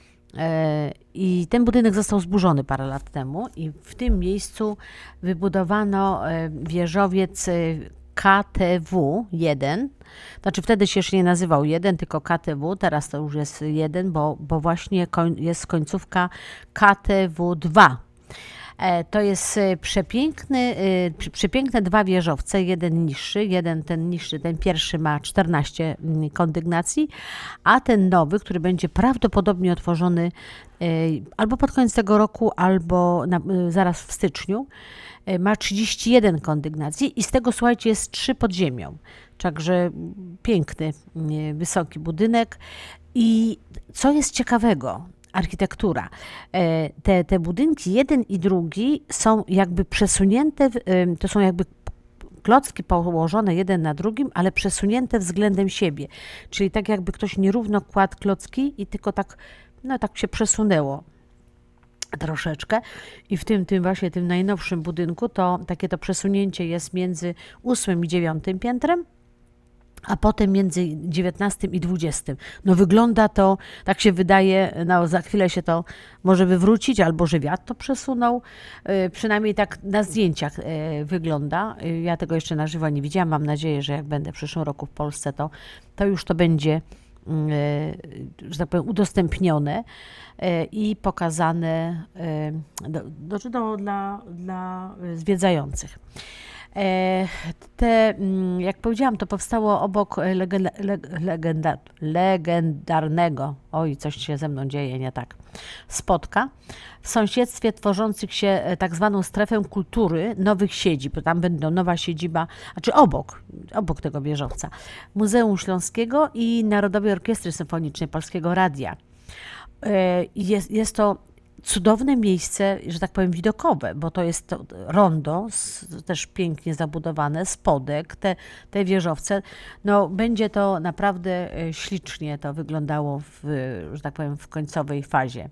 i ten budynek został zburzony parę lat temu i w tym miejscu wybudowano wieżowiec K T W jeden, znaczy wtedy się jeszcze nie nazywał jeden, tylko K T W, teraz to już jest jeden, bo, bo właśnie koń, jest końcówka K T W dwa. E, to jest przepiękny, e, przepiękne dwa wieżowce, jeden niższy, jeden ten niższy, ten pierwszy ma czternaście kondygnacji, a ten nowy, który będzie prawdopodobnie otworzony e, albo pod koniec tego roku, albo na, e, zaraz w styczniu, ma trzydzieści jeden kondygnacji i z tego, słuchajcie, jest trzy pod ziemią. Także piękny, wysoki budynek. I co jest ciekawego, architektura. Te, te budynki, jeden i drugi, są jakby przesunięte, to są jakby klocki położone jeden na drugim, ale przesunięte względem siebie. Czyli tak jakby ktoś nierówno kładł klocki i tylko tak, no tak się przesunęło troszeczkę i w tym, tym właśnie tym najnowszym budynku to takie to przesunięcie jest między ósmym i dziewiątym piętrem, a potem między dziewiętnastym i dwudziestym. No wygląda to, tak się wydaje, no za chwilę się to może wywrócić, albo że wiatr to przesunął, przynajmniej tak na zdjęciach wygląda. Ja tego jeszcze na żywo nie widziałam, mam nadzieję, że jak będę w przyszłym roku w Polsce, to, to już to będzie, że tak powiem, udostępnione i pokazane do, do, do, dla, dla zwiedzających. Te, jak powiedziałam, to powstało obok legenda, legenda, legendarnego, oj, coś się ze mną dzieje, nie tak, Spodka, w sąsiedztwie tworzących się tak zwaną strefę kultury nowych siedzib, bo tam będą nowa siedziba, znaczy obok, obok tego wieżowca, Muzeum Śląskiego i Narodowej Orkiestry Symfonicznej Polskiego Radia. Jest, jest to cudowne miejsce, że tak powiem, widokowe, bo to jest to rondo, też pięknie zabudowane, spodek, te, te wieżowce. No, będzie to naprawdę ślicznie to wyglądało, w, że tak powiem, w końcowej fazie.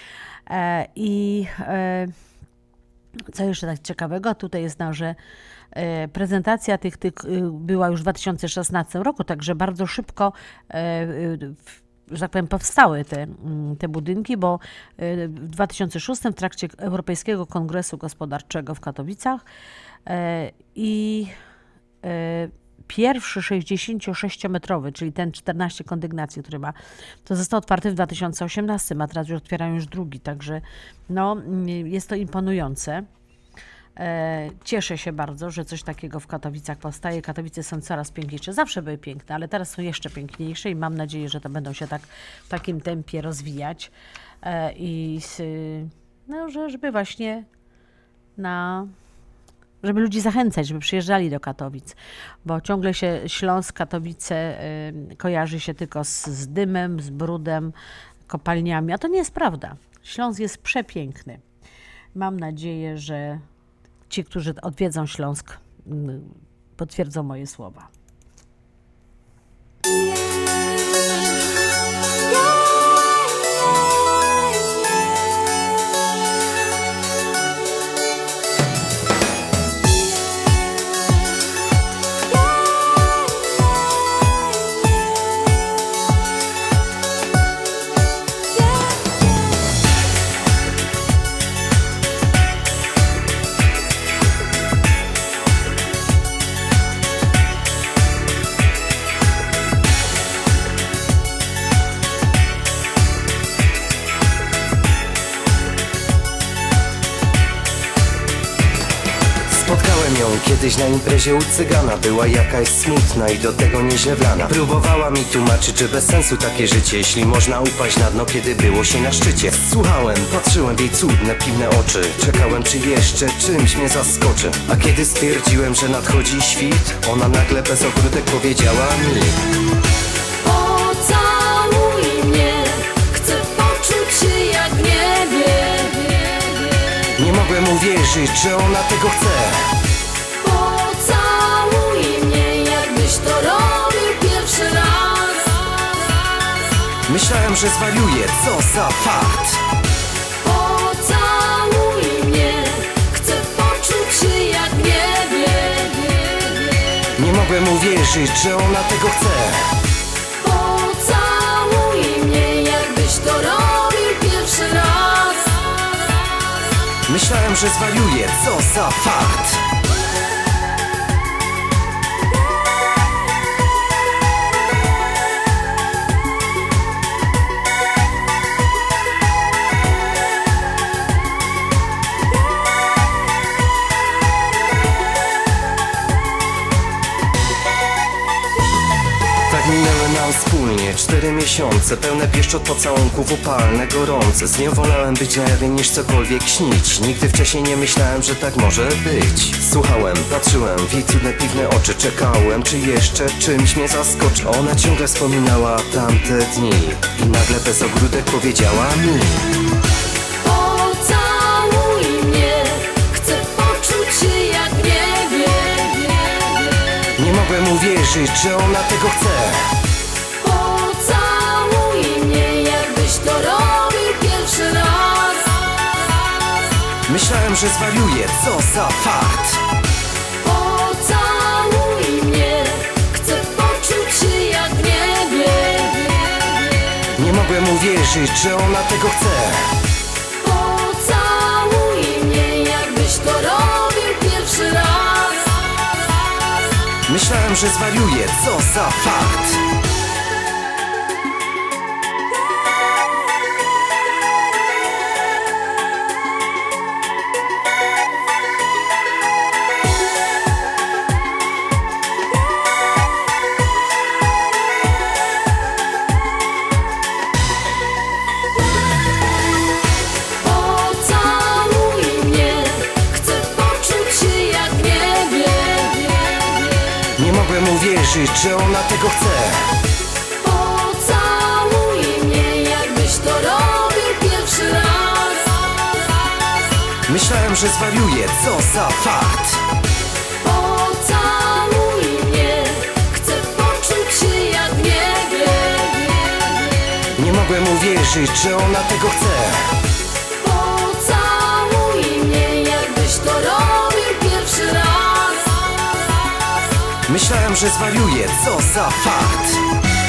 I co jeszcze tak ciekawego, tutaj jest, no, że prezentacja tych, tych była już w dwa tysiące szesnastym roku, także bardzo szybko w że tak powiem, powstały te, te budynki, bo w dwa tysiące szóstym w trakcie Europejskiego Kongresu Gospodarczego w Katowicach i pierwszy sześćdziesięciosześciometrowy, czyli ten czternaście kondygnacji, który ma, to został otwarty w dwa tysiące osiemnastym, a teraz już otwierają już drugi, także no, jest to imponujące. Cieszę się bardzo, że coś takiego w Katowicach powstaje. Katowice są coraz piękniejsze. Zawsze były piękne, ale teraz są jeszcze piękniejsze i mam nadzieję, że to będą się tak w takim tempie rozwijać i no, żeby właśnie na, żeby ludzi zachęcać, żeby przyjeżdżali do Katowic, bo ciągle się Śląsk, Katowice kojarzy się tylko z, z dymem, z brudem, kopalniami, a to nie jest prawda. Śląsk jest przepiękny. Mam nadzieję, że ci, którzy odwiedzą Śląsk, potwierdzą moje słowa. Kiedyś na imprezie u cygana była jakaś smutna i do tego nieźle wlana. Próbowała mi tłumaczyć, że bez sensu takie życie, jeśli można upaść na dno, kiedy było się na szczycie. Słuchałem, patrzyłem w jej cudne, piwne oczy. Czekałem, czy jeszcze czymś mnie zaskoczy. A kiedy stwierdziłem, że nadchodzi świt, ona nagle bez ogródek powiedziała mi: pocałuj mnie, chcę poczuć się jak w niebie. Nie mogłem uwierzyć, że ona tego chce. To robił pierwszy raz. Myślałem, że zwariuję, co za fakt. Pocałuj mnie, chcę poczuć się jak w niebie. Nie mogłem uwierzyć, że ona tego chce. Pocałuj mnie, jakbyś to robił pierwszy raz. Myślałem, że zwariuję, co za fakt. Wspólnie cztery miesiące, pełne pieszczot pocałunków, upalne, gorące. Z nią wolałem być na jawie niż cokolwiek śnić. Nigdy wcześniej nie myślałem, że tak może być. Słuchałem, patrzyłem w jej cudne, piwne oczy. Czekałem, czy jeszcze czymś mnie zaskoczy. Ona ciągle wspominała tamte dni i nagle bez ogródek powiedziała mi: pocałuj mnie, chcę poczuć się jak w niebie. Nie mogłem uwierzyć, że ona tego chce. To robił pierwszy raz. Myślałem, że zwariuję, co za fakt. Pocałuj mnie, chcę poczuć mu wierzyć, że ona tego chce. Pocałuj mnie, jakbyś to robił pierwszy raz. Myślałem, że zwariuję, co za fakt. Wierzyć, że ona tego chce. Pocałuj mnie, jakbyś to robił pierwszy raz. Myślałem, że zwariuję, co za fakt. Pocałuj mnie, chcę poczuć się jak niebie. Nie mogłem uwierzyć, że ona tego chce. Pocałuj mnie, jakbyś to robił pierwszy raz. Myślałem, że zwariuję, co za fakt.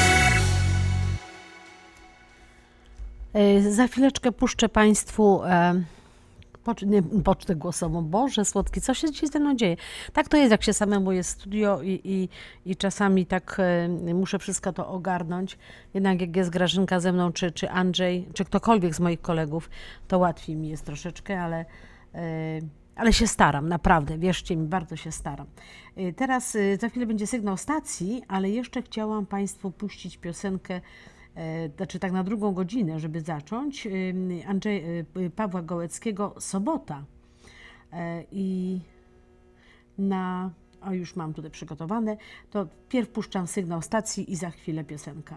Yy, za chwileczkę puszczę Państwu e, pocz nie, pocztę głosową. Boże słodki, co się dzisiaj ze mną dzieje? Tak to jest, jak się samemu jest w studio i, i, i czasami tak e, muszę wszystko to ogarnąć. Jednak jak jest Grażynka ze mną, czy, czy Andrzej, czy ktokolwiek z moich kolegów, to łatwiej mi jest troszeczkę, ale... E, Ale się staram, naprawdę, wierzcie mi, bardzo się staram. Teraz za chwilę będzie sygnał stacji, ale jeszcze chciałam Państwu puścić piosenkę, znaczy tak na drugą godzinę, żeby zacząć, Andrzej, Pawła Gołeckiego, Sobota. I na, o już mam tutaj przygotowane, to pierw puszczam sygnał stacji i za chwilę piosenka.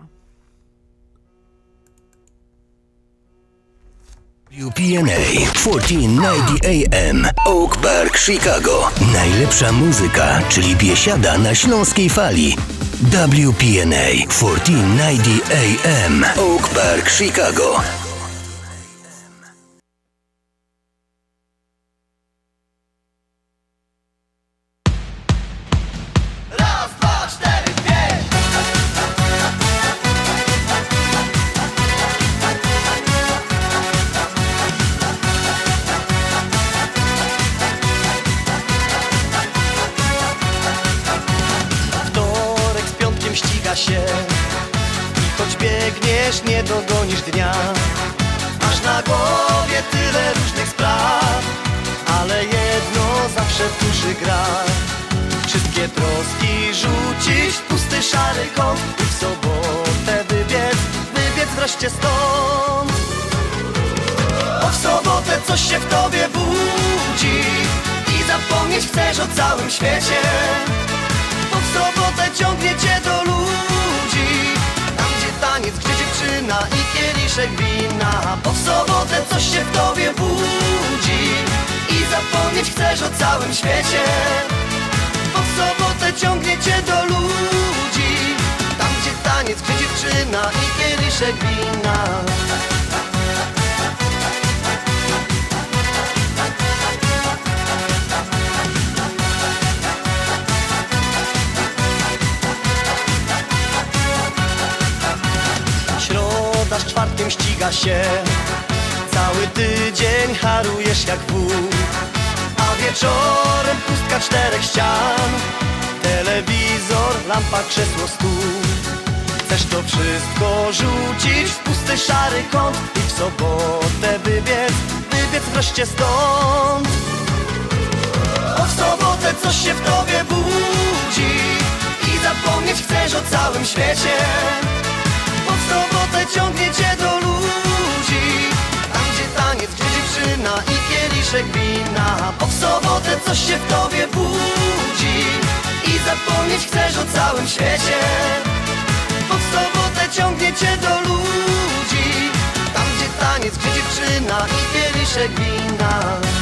W P N A czternaście dziewięćdziesiąt A M Oak Park, Chicago. Najlepsza muzyka, czyli biesiada na śląskiej fali. W P N A czternaście dziewięćdziesiąt A M Oak Park, Chicago. Się. I choć biegniesz, nie dogonisz dnia. Masz na głowie tyle różnych spraw, ale jedno zawsze w duszy gra. Wszystkie troski rzucić w pusty szary kąt i w sobotę wybiec, wybiec wreszcie stąd. Bo w sobotę coś się w tobie budzi i zapomnieć chcesz o całym świecie. Bo w sobotę ciągnie cię do ludzi, tam gdzie taniec, gdzie dziewczyna i kieliszek wina. Bo w sobotę coś się w tobie budzi i zapomnieć chcesz o całym świecie. Bo w sobotę ciągnie cię do ludzi, tam gdzie taniec, gdzie dziewczyna i kieliszek wina. Z czwartym ściga się, cały tydzień harujesz jak wół, a wieczorem pustka czterech ścian, telewizor, lampa, krzesło, stół. Chcesz to wszystko rzucić w pusty szary kąt i w sobotę wybiec, wybiec wreszcie stąd. Bo w sobotę coś się w tobie budzi i zapomnieć chcesz o całym świecie. Bo w sobotę ciągnie cię do ludzi, tam gdzie taniec, gdzie dziewczyna i kieliszek wina. Bo w sobotę coś się w tobie budzi i zapomnieć chcesz o całym świecie. Bo w sobotę ciągnie cię do ludzi, tam gdzie taniec, gdzie dziewczyna i kieliszek wina.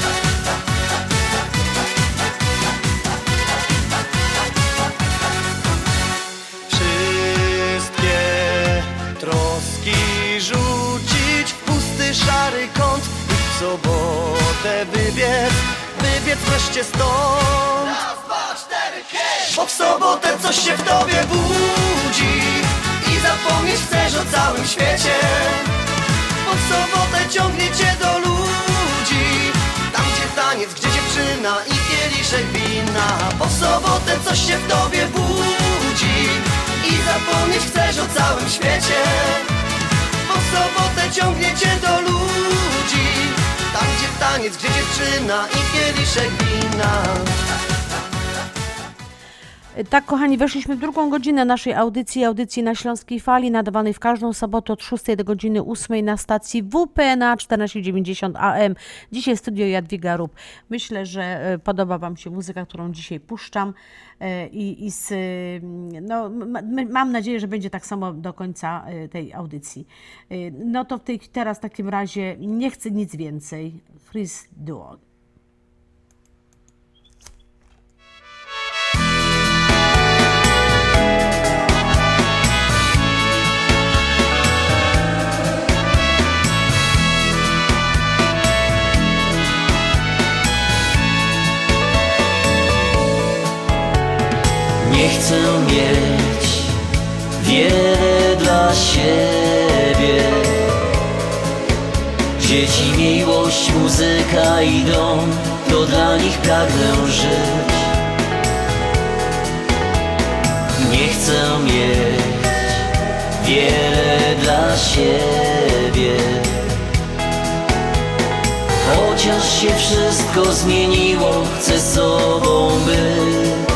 Rzucić w pusty szary kąt i w sobotę wybiec, wybiec wreszcie stąd. Raz, dwa, cztery, pięć. Bo w sobotę coś się w tobie budzi i zapomnieć chcesz o całym świecie. Po sobotę ciągnie cię do ludzi, tam gdzie taniec, gdzie dziewczyna i kieliszek wina. Po sobotę coś się w tobie budzi i zapomnieć chcesz o całym świecie. Po sobotę ciągnie cię do ludzi, tam gdzie taniec, gdzie dziewczyna i kieliszek wina. Tak, kochani, weszliśmy w drugą godzinę naszej audycji, audycji na Śląskiej Fali, nadawanej w każdą sobotę od szóstej do godziny ósmej na stacji W P N A czternaście dziewięćdziesiąt A M. Dzisiaj studio Jadwiga Rup. Myślę, że podoba wam się muzyka, którą dzisiaj puszczam i, i z, no, mam nadzieję, że będzie tak samo do końca tej audycji. No to w tej, teraz w takim razie nie chcę nic więcej. Chris Duo. Nie chcę mieć wiele dla siebie. Dzieci, miłość, muzyka i dom, to dla nich pragnę żyć. Nie chcę mieć wiele dla siebie, chociaż się wszystko zmieniło, chcę sobą być.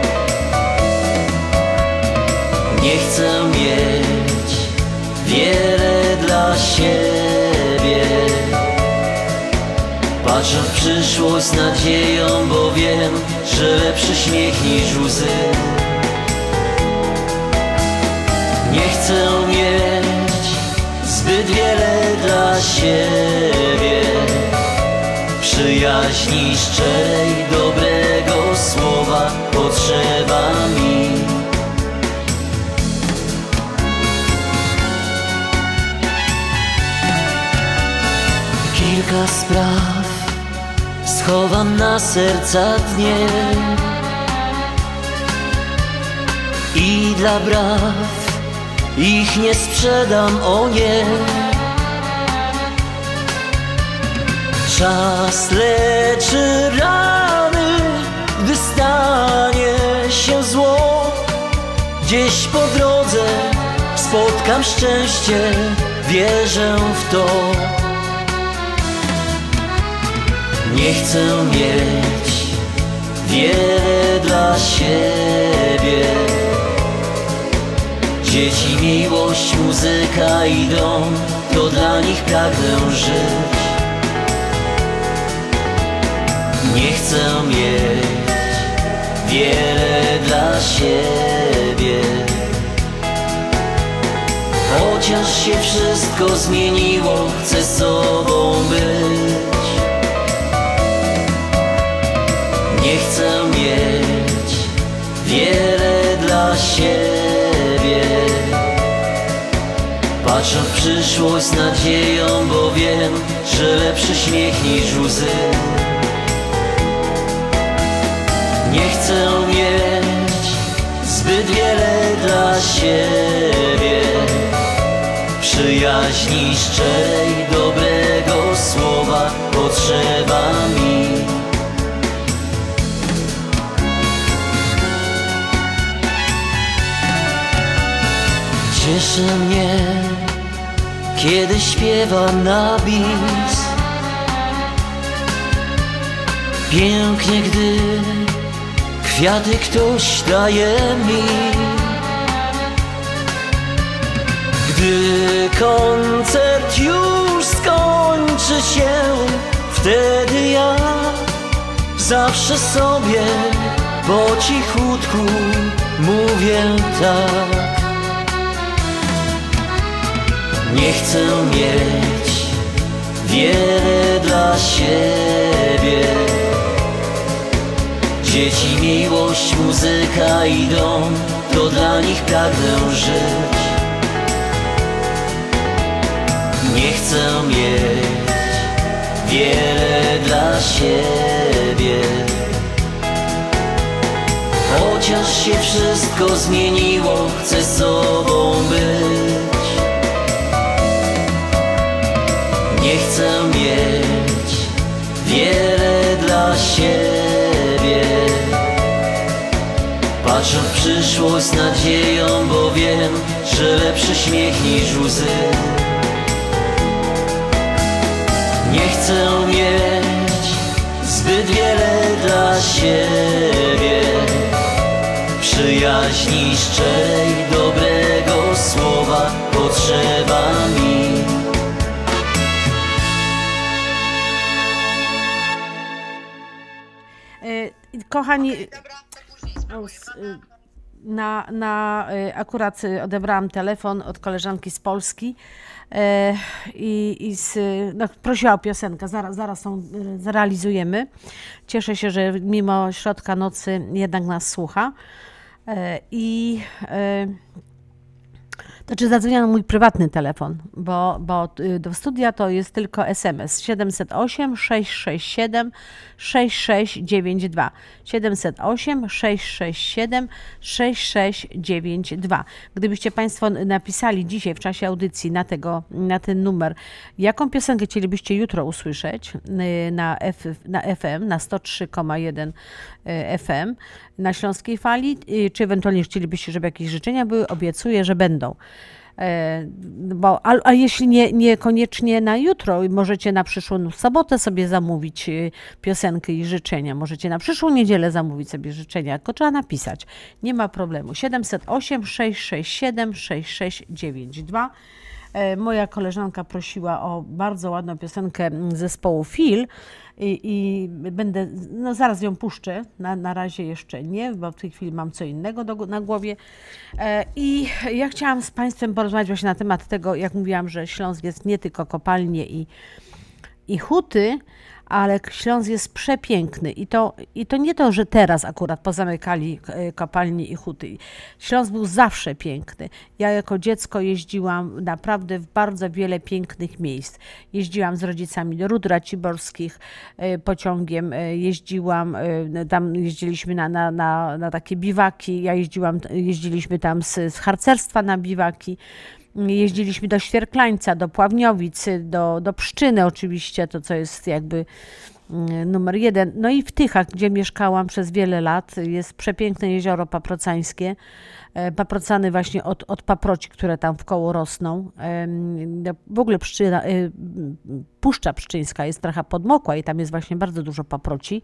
Nie chcę mieć wiele dla siebie, patrzę w przyszłość z nadzieją, bo wiem, że lepszy śmiech niż łzy. Nie chcę mieć zbyt wiele dla siebie, przyjaźni szczerej, dobrego słowa potrzeba mi. Kilka spraw schowam na serca dnie i dla braw ich nie sprzedam, o nie. Czas leczy rany, gdy stanie się zło. Gdzieś po drodze spotkam szczęście, wierzę w to. Nie chcę mieć wiele dla siebie. Dzieci, miłość, muzyka i dom, to dla nich pragnę żyć. Nie chcę mieć wiele dla siebie, chociaż się wszystko zmieniło, chcę sobą być. Nie chcę mieć wiele dla siebie, patrzę w przyszłość z nadzieją, bo wiem, że lepszy śmiech niż łzy. Nie chcę mieć zbyt wiele dla siebie, przyjaźni szczerej, dobrego słowa potrzeba mi. Cieszy mnie, kiedy śpiewam na bis. Pięknie, gdy kwiaty ktoś daje mi. Gdy koncert już skończy się, wtedy ja zawsze sobie po cichutku mówię tak. Nie chcę mieć wiele dla siebie. Dzieci, miłość, muzyka i dom, to dla nich pragnę żyć. Nie chcę mieć wiele dla siebie, chociaż się wszystko zmieniło, chcę sobą być. wiele dla siebie. Patrzę w przyszłość z nadzieją, bo wiem, że lepszy śmiech niż łzy. Nie chcę mieć zbyt wiele dla siebie, przyjaźni szczerej, dobrego słowa potrzeba mi. Kochani, na, na akurat odebrałam telefon od koleżanki z Polski i, i z, no, prosiła o piosenkę, zaraz, zaraz tą zrealizujemy. Cieszę się, że mimo środka nocy jednak nas słucha. I to czy zadzwonia na mój prywatny telefon, bo, bo do studia to jest tylko S M S siedem zero osiem, sześć sześć siedem, sześć sześć dziewięć dwa siedem zero osiem, sześć sześć siedem, sześć sześć dziewięć dwa. Gdybyście Państwo napisali dzisiaj w czasie audycji na, tego, na ten numer, jaką piosenkę chcielibyście jutro usłyszeć na, F, na F M, na sto trzy przecinek jeden F M, na Śląskiej Fali, czy ewentualnie chcielibyście, żeby jakieś życzenia były, obiecuję, że będą. Bo, a, a jeśli nie, niekoniecznie na jutro, możecie na przyszłą sobotę sobie zamówić piosenkę i życzenia. Możecie na przyszłą niedzielę zamówić sobie życzenia, tylko trzeba napisać. Nie ma problemu. siedem zero osiem, sześć sześć siedem, sześć sześć dziewięć dwa. Moja koleżanka prosiła o bardzo ładną piosenkę zespołu Feel i, i będę, no zaraz ją puszczę, na, na razie jeszcze nie, bo w tej chwili mam co innego do, na głowie. I ja chciałam z Państwem porozmawiać właśnie na temat tego, jak mówiłam, że Śląsk jest nie tylko kopalnie i, i huty, ale Śląsk jest przepiękny i to, i to nie to, że teraz akurat pozamykali kopalnie i huty. Śląsk był zawsze piękny. Ja jako dziecko jeździłam naprawdę w bardzo wiele pięknych miejsc. Jeździłam z rodzicami do Rud Raciborskich pociągiem, jeździłam, tam jeździliśmy na, na, na, na takie biwaki, ja jeździłam, jeździliśmy tam z, z harcerstwa na biwaki. Jeździliśmy do Świerklańca, do Pławniowic, do, do Pszczyny oczywiście, to co jest jakby numer jeden. No i w Tychach, gdzie mieszkałam przez wiele lat, jest przepiękne jezioro paprocańskie, paprocany właśnie od, od paproci, które tam wkoło rosną. W ogóle Pszczyna, Puszcza Pszczyńska jest trochę podmokła i tam jest właśnie bardzo dużo paproci,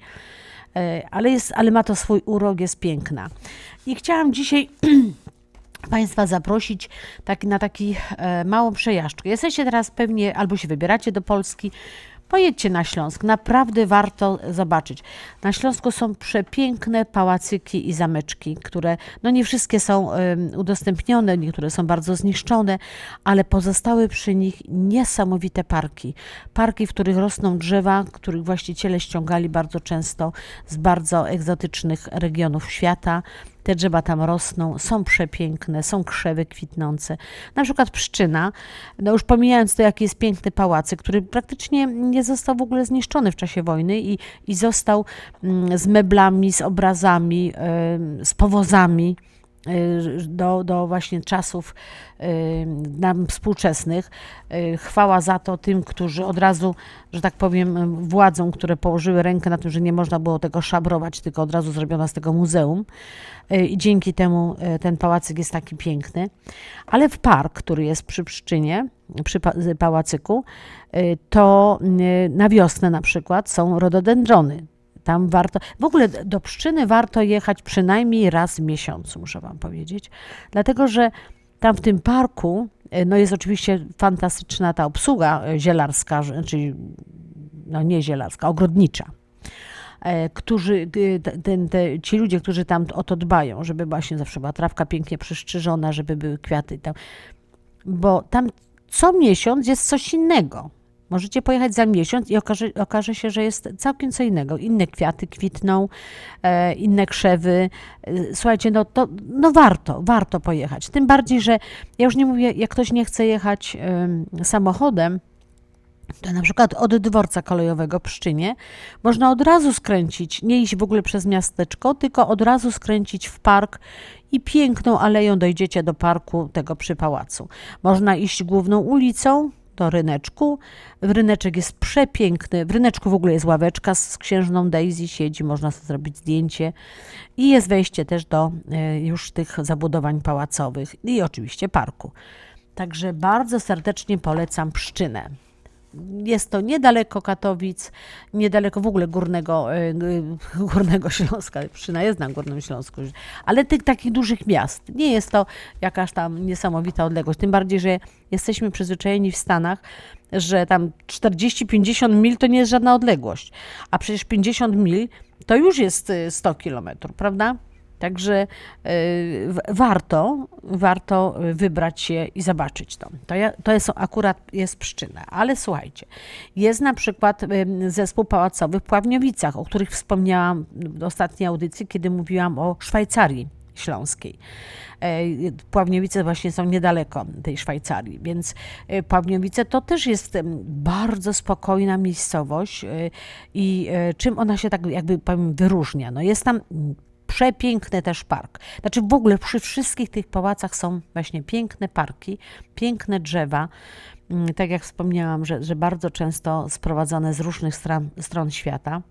ale, jest, ale ma to swój urok, jest piękna. I chciałam dzisiaj Państwa zaprosić tak, na taką e, małą przejażdżkę. Jesteście teraz pewnie, albo się wybieracie do Polski, pojedźcie na Śląsk. Naprawdę warto zobaczyć. Na Śląsku są przepiękne pałacyki i zameczki, które, no nie wszystkie są e, udostępnione, niektóre są bardzo zniszczone, ale pozostały przy nich niesamowite parki. Parki, w których rosną drzewa, których właściciele ściągali bardzo często z bardzo egzotycznych regionów świata. Te drzewa tam rosną, są przepiękne, są krzewy kwitnące. Na przykład Pszczyna, no już pomijając to, jaki jest piękny pałacyk, który praktycznie nie został w ogóle zniszczony w czasie wojny i, i został z meblami, z obrazami, z powozami do, do właśnie czasów nam współczesnych. Chwała za to tym, którzy od razu, że tak powiem, władzom, które położyły rękę na tym, że nie można było tego szabrować, tylko od razu zrobiono z tego muzeum. I dzięki temu ten pałacyk jest taki piękny. Ale w park, który jest przy Pszczynie, przy pałacyku, to na wiosnę na przykład są rododendrony. Tam warto, w ogóle do Pszczyny warto jechać przynajmniej raz w miesiącu, muszę wam powiedzieć. Dlatego, że tam w tym parku, no jest oczywiście fantastyczna ta obsługa zielarska, czyli no nie zielarska, ogrodnicza. Którzy, ten, te, ci ludzie, którzy tam o to dbają, żeby właśnie zawsze była trawka pięknie przystrzyżona, żeby były kwiaty tam, bo tam co miesiąc jest coś innego. Możecie pojechać za miesiąc i okaże, okaże się, że jest całkiem co innego. Inne kwiaty kwitną, e, inne krzewy. Słuchajcie, no to no warto, warto pojechać. Tym bardziej, że ja już nie mówię, jak ktoś nie chce jechać e, samochodem, to na przykład od dworca kolejowego w Pszczynie można od razu skręcić, nie iść w ogóle przez miasteczko, tylko od razu skręcić w park i piękną aleją dojdziecie do parku tego przy pałacu. Można iść główną ulicą do Ryneczku. Ryneczek jest przepiękny. W Ryneczku w ogóle jest ławeczka z księżną Daisy, siedzi, można sobie zrobić zdjęcie. I jest wejście też do już tych zabudowań pałacowych i oczywiście parku. Także bardzo serdecznie polecam Pszczynę. Jest to niedaleko Katowic, niedaleko w ogóle Górnego, Górnego Śląska. Pszczyna jest na Górnym Śląsku, ale tych takich dużych miast. Nie jest to jakaś tam niesamowita odległość. Tym bardziej, że jesteśmy przyzwyczajeni w Stanach, że tam czterdzieści pięćdziesiąt mil to nie jest żadna odległość, a przecież pięćdziesiąt mil to już jest sto kilometrów, prawda? Także y, warto, warto wybrać się i zobaczyć to. To, ja, to jest akurat jest Pszczyna. Ale słuchajcie, jest na przykład y, zespół pałacowy w Pławniowicach, o których wspomniałam w ostatniej audycji, kiedy mówiłam o Szwajcarii Śląskiej. Y, Pławniewice właśnie są niedaleko tej Szwajcarii, więc y, Pławniewice to też jest y, bardzo spokojna miejscowość y, i y, czym ona się tak jakby powiem wyróżnia? No jest tam przepiękny też park. Znaczy w ogóle przy wszystkich tych pałacach są właśnie piękne parki, piękne drzewa. Tak jak wspomniałam, że, że bardzo często sprowadzone z różnych stron, stron świata.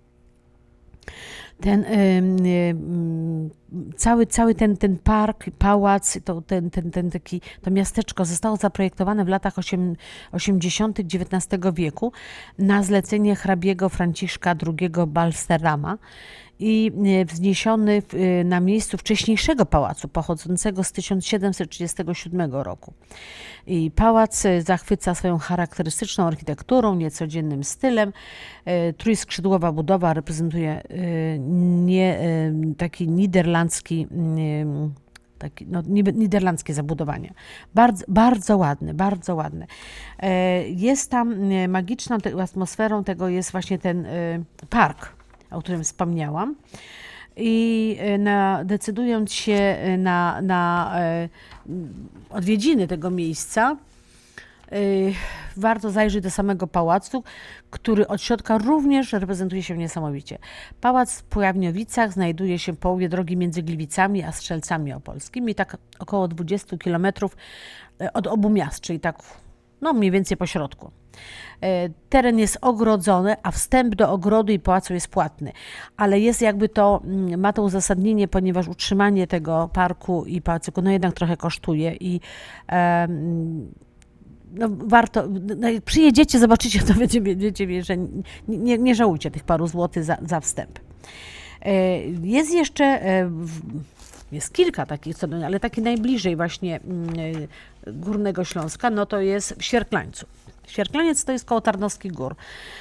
Ten y, y, cały, cały ten, ten park, pałac, to, ten, ten, ten taki, to miasteczko zostało zaprojektowane w latach osiemdziesiątych dziewiętnastego wieku na zlecenie hrabiego Franciszka drugiego Balsterama i wzniesiony na miejscu wcześniejszego pałacu pochodzącego z tysiąc siedemset trzydziestego siódmego roku. I pałac zachwyca swoją charakterystyczną architekturą, niecodziennym stylem. Trójskrzydłowa budowa reprezentuje nie, taki niderlandzki Taki, no, niderlandzkie zabudowanie. Bardzo, bardzo ładne, bardzo ładne. Jest tam magiczną atmosferą tego jest właśnie ten park, o którym wspomniałam. I na, decydując się na, na odwiedziny tego miejsca, warto zajrzeć do samego pałacu, który od środka również reprezentuje się niesamowicie. Pałac w Pławniowicach znajduje się w połowie drogi między Gliwicami a Strzelcami Opolskimi, tak około dwudziestu kilometrów od obu miast, czyli tak no mniej więcej po środku. Teren jest ogrodzony, a wstęp do ogrodu i pałacu jest płatny, ale jest jakby to, ma to uzasadnienie, ponieważ utrzymanie tego parku i pałacu no jednak trochę kosztuje i um, no warto, no jak przyjedziecie, zobaczycie, to będziecie, że nie, nie, nie żałujcie tych paru złotych za, za wstęp. Jest jeszcze, jest kilka takich, ale taki najbliżej właśnie Górnego Śląska, no to jest w Świerklańcu. Świerklaniec to jest koło Tarnowskich Gór.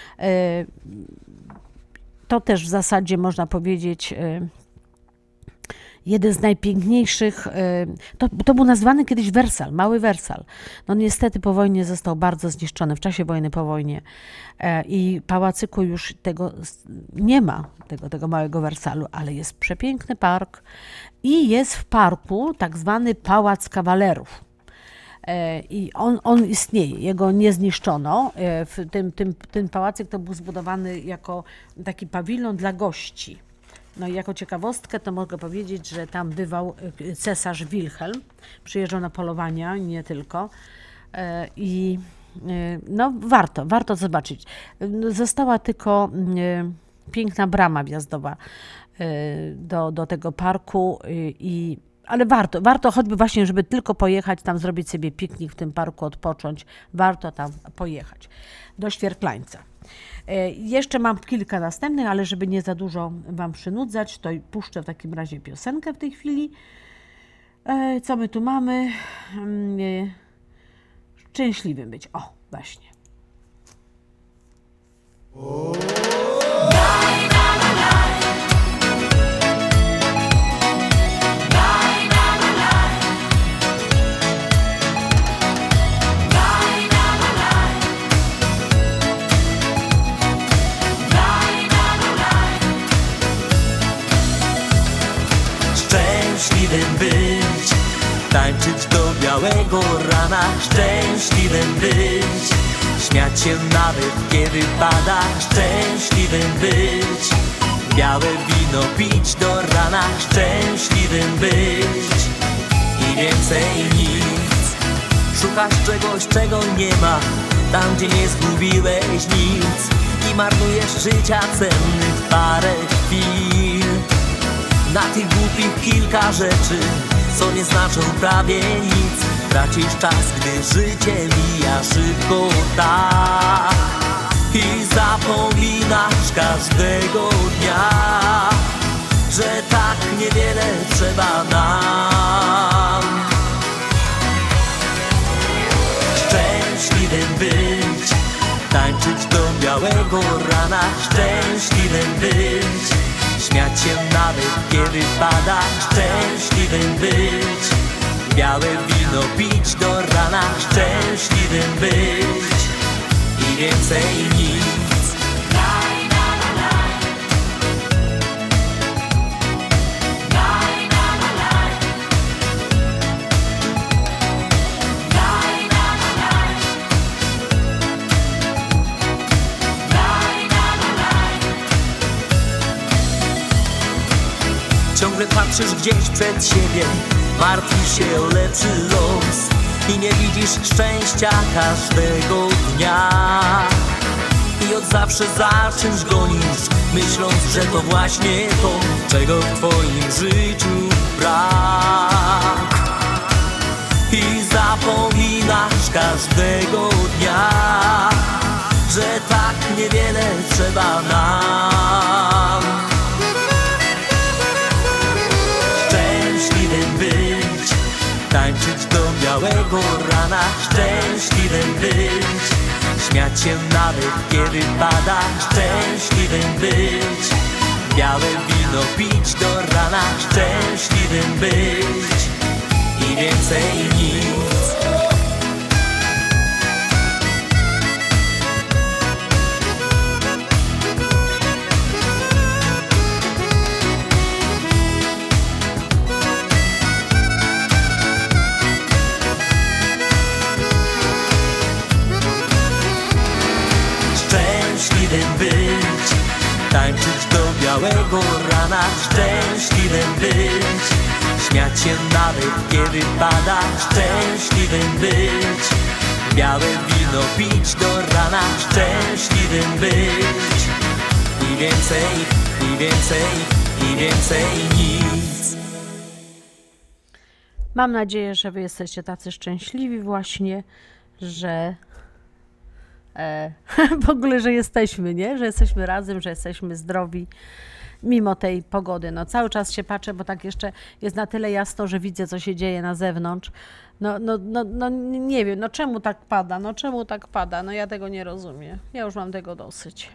To też w zasadzie można powiedzieć jeden z najpiękniejszych, to, to był nazwany kiedyś Wersal, Mały Wersal. No niestety po wojnie został bardzo zniszczony, w czasie wojny po wojnie i pałacyku już tego nie ma, tego, tego Małego Wersalu, ale jest przepiękny park i jest w parku tak zwany Pałac Kawalerów. I on, on istnieje, jego nie zniszczono. W tym, tym, ten pałacyk to był zbudowany jako taki pawilon dla gości. No i jako ciekawostkę to mogę powiedzieć, że tam bywał cesarz Wilhelm, przyjeżdżał na polowania, nie tylko. I no warto, warto zobaczyć. Została tylko piękna brama wjazdowa do, do tego parku i ale warto, warto choćby właśnie, żeby tylko pojechać tam, zrobić sobie piknik w tym parku, odpocząć, warto tam pojechać do Świerklańca. Jeszcze mam kilka następnych, ale żeby nie za dużo wam przynudzać, to puszczę w takim razie piosenkę w tej chwili. Co my tu mamy? Szczęśliwym być. O, właśnie. Szczęśliwym być, tańczyć do białego rana. Szczęśliwym być, śmiać się nawet kiedy pada. Szczęśliwym być, białe wino pić do rana. Szczęśliwym być i więcej nic. Szukasz czegoś, czego nie ma, tam gdzie nie zgubiłeś nic i marnujesz życia cennych parę chwil na tych głupich kilka rzeczy, co nie znaczą prawie nic. Tracisz czas, gdy życie mija szybko tak i zapominasz każdego dnia, że tak niewiele trzeba nam. Szczęśliwym być, tańczyć do białego rana. Szczęśliwym być, śmiać się nawet kiedy pada. Szczęśliwym być, białe wino pić do rana. Szczęśliwym być i więcej nic. Ciągle patrzysz gdzieś przed siebie, martwisz się o lepszy los i nie widzisz szczęścia każdego dnia. I od zawsze za czymś gonisz, myśląc, że to właśnie to, czego w twoim życiu brak. I zapominasz każdego dnia, że tak niewiele trzeba nam. Szczęśliwym być, tańczyć do białego rana. Szczęśliwym być, śmiać się nawet kiedy pada. Szczęśliwym być, białe wino pić do rana. Szczęśliwym być i więcej nic. Szczęśliwym być, tańczyć do białego rana. Szczęśliwym być, śmiać się nawet kiedy pada. Szczęśliwym być, białe wino pić do rana. Szczęśliwym być i więcej, i więcej, i więcej nic. Mam nadzieję, że wy jesteście tacy szczęśliwi właśnie, że E, w ogóle, że jesteśmy, nie? Że jesteśmy razem, że jesteśmy zdrowi mimo tej pogody. No cały czas się patrzę, bo tak jeszcze jest na tyle jasno, że widzę, co się dzieje na zewnątrz. No, no, no, no nie wiem, no czemu tak pada? No czemu tak pada? No ja tego nie rozumiem. Ja już mam tego dosyć.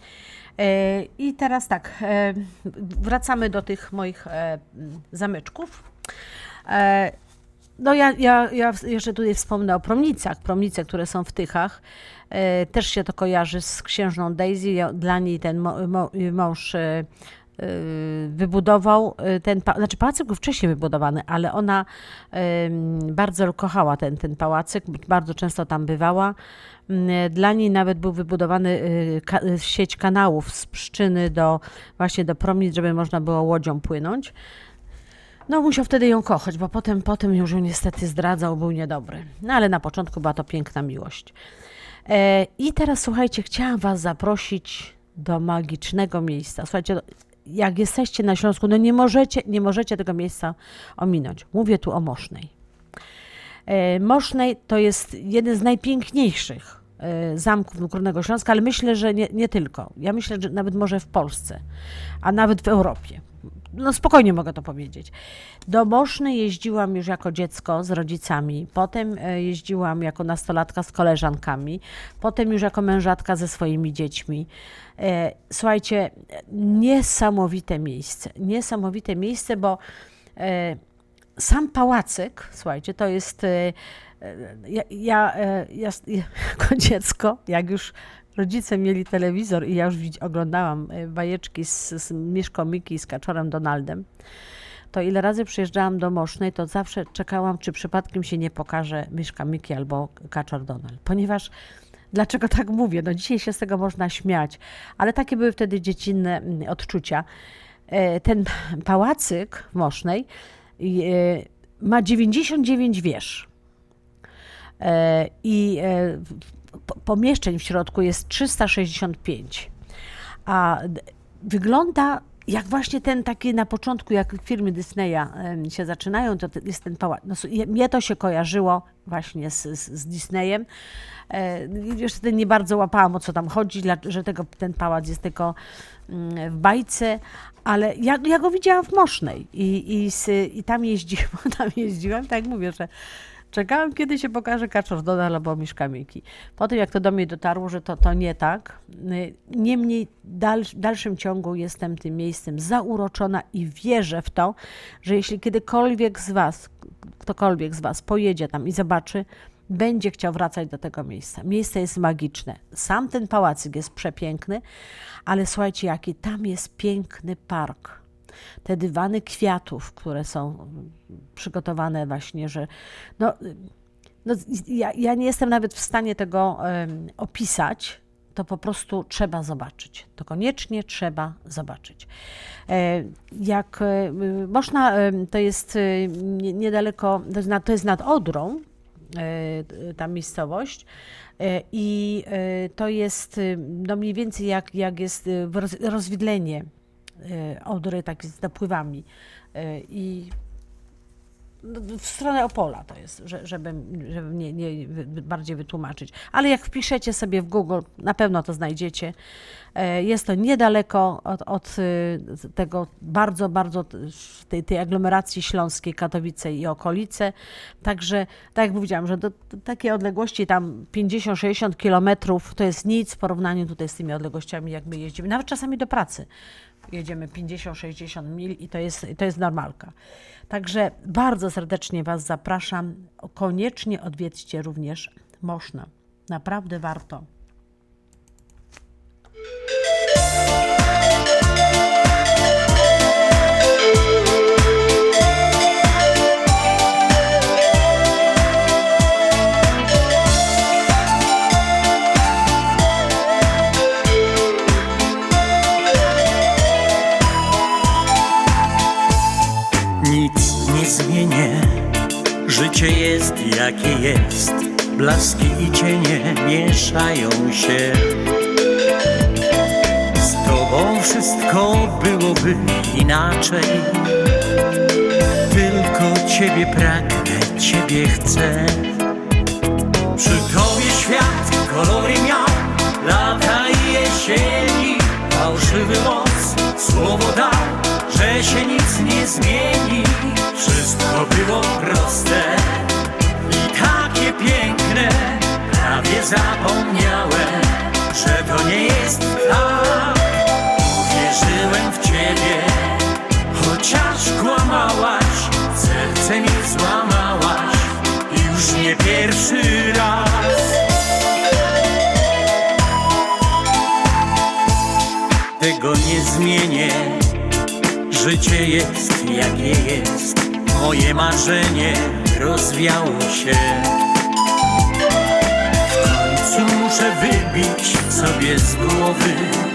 E, I teraz tak, e, wracamy do tych moich e, zamyczków. E, No ja, ja, ja jeszcze tutaj wspomnę o promnicach. Promnice, które są w Tychach. E, też się to kojarzy z księżną Daisy. Dla niej ten mo, mo, mąż e, e, wybudował ten, znaczy pałacyk był wcześniej wybudowany, ale ona e, bardzo kochała ten, ten pałacyk, bardzo często tam bywała. Dla niej nawet był wybudowany ka, sieć kanałów z Pszczyny do właśnie do Promnic, żeby można było łodzią płynąć. No musiał wtedy ją kochać, bo potem, potem już ją niestety zdradzał, był niedobry. No ale na początku była to piękna miłość. E, I teraz słuchajcie, chciałam was zaprosić do magicznego miejsca. Słuchajcie, jak jesteście na Śląsku, no nie możecie, nie możecie tego miejsca ominąć. Mówię tu o Mosznej. E, Mosznej to jest jeden z najpiękniejszych e, zamków Górnego Śląska, ale myślę, że nie, nie tylko. Ja myślę, że nawet może w Polsce, a nawet w Europie. No spokojnie mogę to powiedzieć. Do Moszny jeździłam już jako dziecko z rodzicami, potem jeździłam jako nastolatka z koleżankami, potem już jako mężatka ze swoimi dziećmi. Słuchajcie, niesamowite miejsce, niesamowite miejsce, bo sam pałacyk, słuchajcie, to jest, ja, ja, ja jako dziecko, jak już rodzice mieli telewizor i ja już oglądałam bajeczki z, z Miszką Miki i z Kaczorem Donaldem, to ile razy przyjeżdżałam do Mosznej, to zawsze czekałam, czy przypadkiem się nie pokaże Miszka Miki albo Kaczor Donald. Ponieważ, dlaczego tak mówię? No dzisiaj się z tego można śmiać, ale takie były wtedy dziecinne odczucia. Ten pałacyk w Mosznej ma dziewięćdziesiąt dziewięć wież. i pomieszczeń w środku jest trzysta sześćdziesiąt pięć, a wygląda jak właśnie ten taki na początku, jak firmy Disneya się zaczynają, to jest ten pałac. No, mnie to się kojarzyło właśnie z, z, z Disneyem. Już wtedy nie bardzo łapałam, o co tam chodzi, że tego, ten pałac jest tylko w bajce, ale ja, ja go widziałam w Mosznej i, i, i tam jeździłam, tam jeździłam, tak jak mówię, że czekałam, kiedy się pokaże Kaczor Donald albo Miszka Miki. Potem jak to do mnie dotarło, że to, to nie tak, niemniej dal, w dalszym ciągu jestem tym miejscem zauroczona i wierzę w to, że jeśli kiedykolwiek z was, ktokolwiek z was pojedzie tam i zobaczy, będzie chciał wracać do tego miejsca. Miejsce jest magiczne. Sam ten pałacyk jest przepiękny, ale słuchajcie, jaki tam jest piękny park. Te dywany kwiatów, które są przygotowane właśnie, że no, no ja, ja nie jestem nawet w stanie tego um, opisać, to po prostu trzeba zobaczyć. To koniecznie trzeba zobaczyć. E, jak e, Moszna, e, to jest e, niedaleko, to jest nad, to jest nad Odrą, e, ta miejscowość, e, i e, to jest no mniej więcej jak, jak jest roz, rozwidlenie Odry, tak z dopływami i w stronę Opola to jest, żeby, żeby nie, nie bardziej wytłumaczyć. Ale jak wpiszecie sobie w Google, na pewno to znajdziecie. Jest to niedaleko od, od tego bardzo, bardzo tej, tej aglomeracji śląskiej, Katowice i okolice. Także, tak jak powiedziałam, że do, do takiej odległości tam pięćdziesiąt sześćdziesiąt kilometrów to jest nic w porównaniu tutaj z tymi odległościami, jak my jeździmy, nawet czasami do pracy. Jedziemy pięćdziesiąt sześćdziesiąt mil i to jest, to jest normalka. Także bardzo serdecznie was zapraszam. Koniecznie odwiedźcie również Moszna. Naprawdę warto. Zmienię. Życie jest jakie jest, blaski i cienie mieszają się. Z tobą wszystko byłoby inaczej. Tylko ciebie pragnę, ciebie chcę. Przy tobie świat kolory miał, lata i jesieni. Fałszywy los słowo dał, że się nic nie zmieni. Wszystko było proste i takie piękne. Prawie zapomniałem, że to nie jest tak. Uwierzyłem w ciebie, chociaż kłamałaś. Serce mi złamałaś i już nie pierwszy raz. Tego nie zmienię. Życie jest jakie jest, moje marzenie rozwiało się. W końcu muszę wybić sobie z głowy,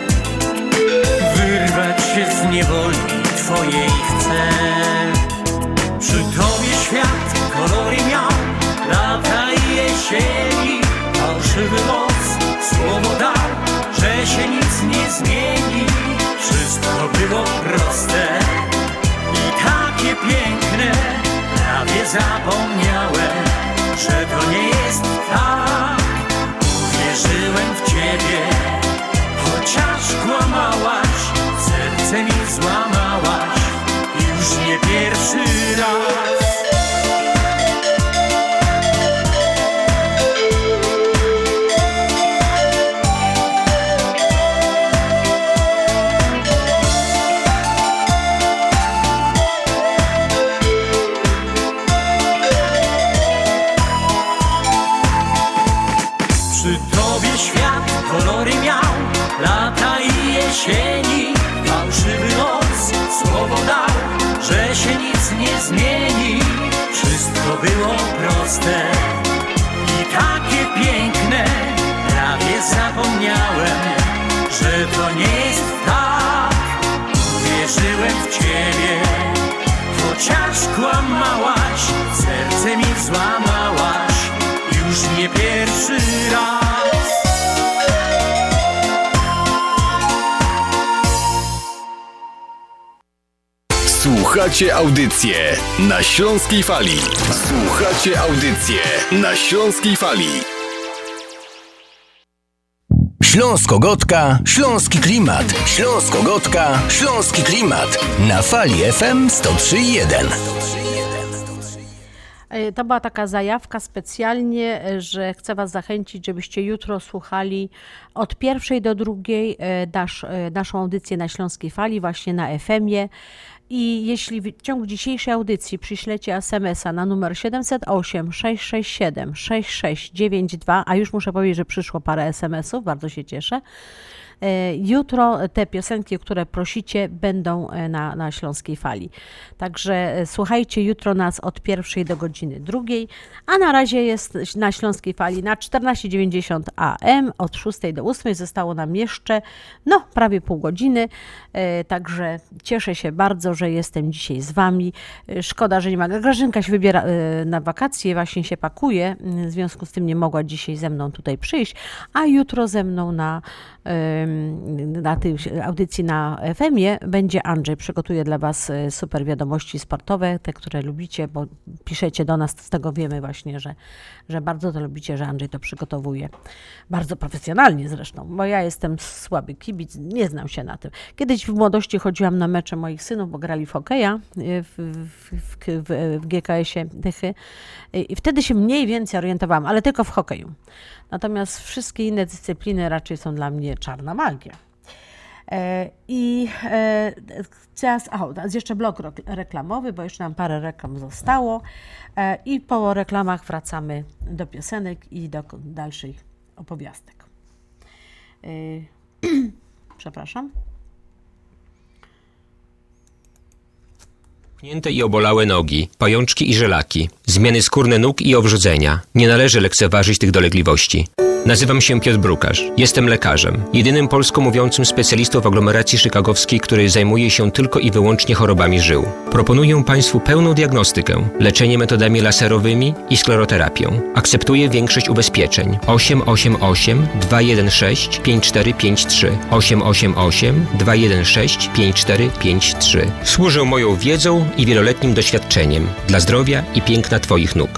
wyrwać się z niewoli twojej chcę. Przy tobie świat kolory miał, lata i jesieni. Fałszywy los słowo dał, że się nic nie zmieni. Wszystko było proste i takie piękne. Prawie zapomniałem, że to nie jest tak. Uwierzyłem w ciebie, chociaż kłamałaś. Serce mi złamałaś i już nie pierwszy raz. Fałszywy los słowo dał, że się nic nie zmieni. Wszystko było proste i takie piękne. Prawie zapomniałem, że to nie jest tak. Uwierzyłem w ciebie, chociaż kłamałaś. Serce mi złamałaś, już nie pierwszy raz. Słuchacie audycję na Śląskiej Fali. Słuchacie audycję na Śląskiej Fali. Śląsko-Gotka, Śląski Klimat. Śląsko-Gotka, Śląski Klimat. Na Fali F M sto trzy i jeden. To była taka zajawka specjalnie, że chcę Was zachęcić, żebyście jutro słuchali od pierwszej do drugiej nasz, naszą audycję na Śląskiej Fali, właśnie na F M-ie. I jeśli w ciągu dzisiejszej audycji przyślecie es em es a na numer siedem zero osiem, sześć sześć siedem, sześć sześć dziewięć dwa, a już muszę powiedzieć, że przyszło parę es em esów, bardzo się cieszę. Jutro te piosenki, o które prosicie, będą na, na Śląskiej Fali. Także słuchajcie jutro nas od pierwszej do godziny drugiej, a na razie jest na Śląskiej Fali na czternaście dziewięćdziesiąt A M od szóstej do ósmej. Zostało nam jeszcze no, prawie pół godziny, także cieszę się bardzo, że jestem dzisiaj z Wami. Szkoda, że nie ma. Grażynka się wybiera na wakacje, właśnie się pakuje, w związku z tym nie mogła dzisiaj ze mną tutaj przyjść, a jutro ze mną na na tej audycji na F M-ie będzie Andrzej. Przygotuje dla Was super wiadomości sportowe, te, które lubicie, bo piszecie do nas, z tego wiemy właśnie, że, że bardzo to lubicie, że Andrzej to przygotowuje. Bardzo profesjonalnie zresztą, bo ja jestem słaby kibic, nie znam się na tym. Kiedyś w młodości chodziłam na mecze moich synów, bo grali w hokeja w, w, w, w G K S-ie Tychy i wtedy się mniej więcej orientowałam, ale tylko w hokeju. Natomiast wszystkie inne dyscypliny raczej są dla mnie czarna magia. I teraz, aha, teraz jeszcze blok reklamowy, bo jeszcze nam parę reklam zostało. I po reklamach wracamy do piosenek i do dalszych opowiastek. Przepraszam. Pchnięte i obolałe nogi, pajączki i żelaki, zmiany skórne nóg i obrzucenia. Nie należy lekceważyć tych dolegliwości. Nazywam się Piotr Brukarz. Jestem lekarzem. Jedynym polsko mówiącym specjalistą w aglomeracji chicagowskiej, który zajmuje się tylko i wyłącznie chorobami żył. Proponuję Państwu pełną diagnostykę, leczenie metodami laserowymi i skleroterapią. Akceptuję większość ubezpieczeń. osiem osiem osiem, dwa jeden sześć, pięć cztery pięć trzy osiem osiem osiem, dwa jeden sześć, pięć cztery pięć trzy. Służę moją wiedzą i wieloletnim doświadczeniem dla zdrowia i piękna Twoich nóg.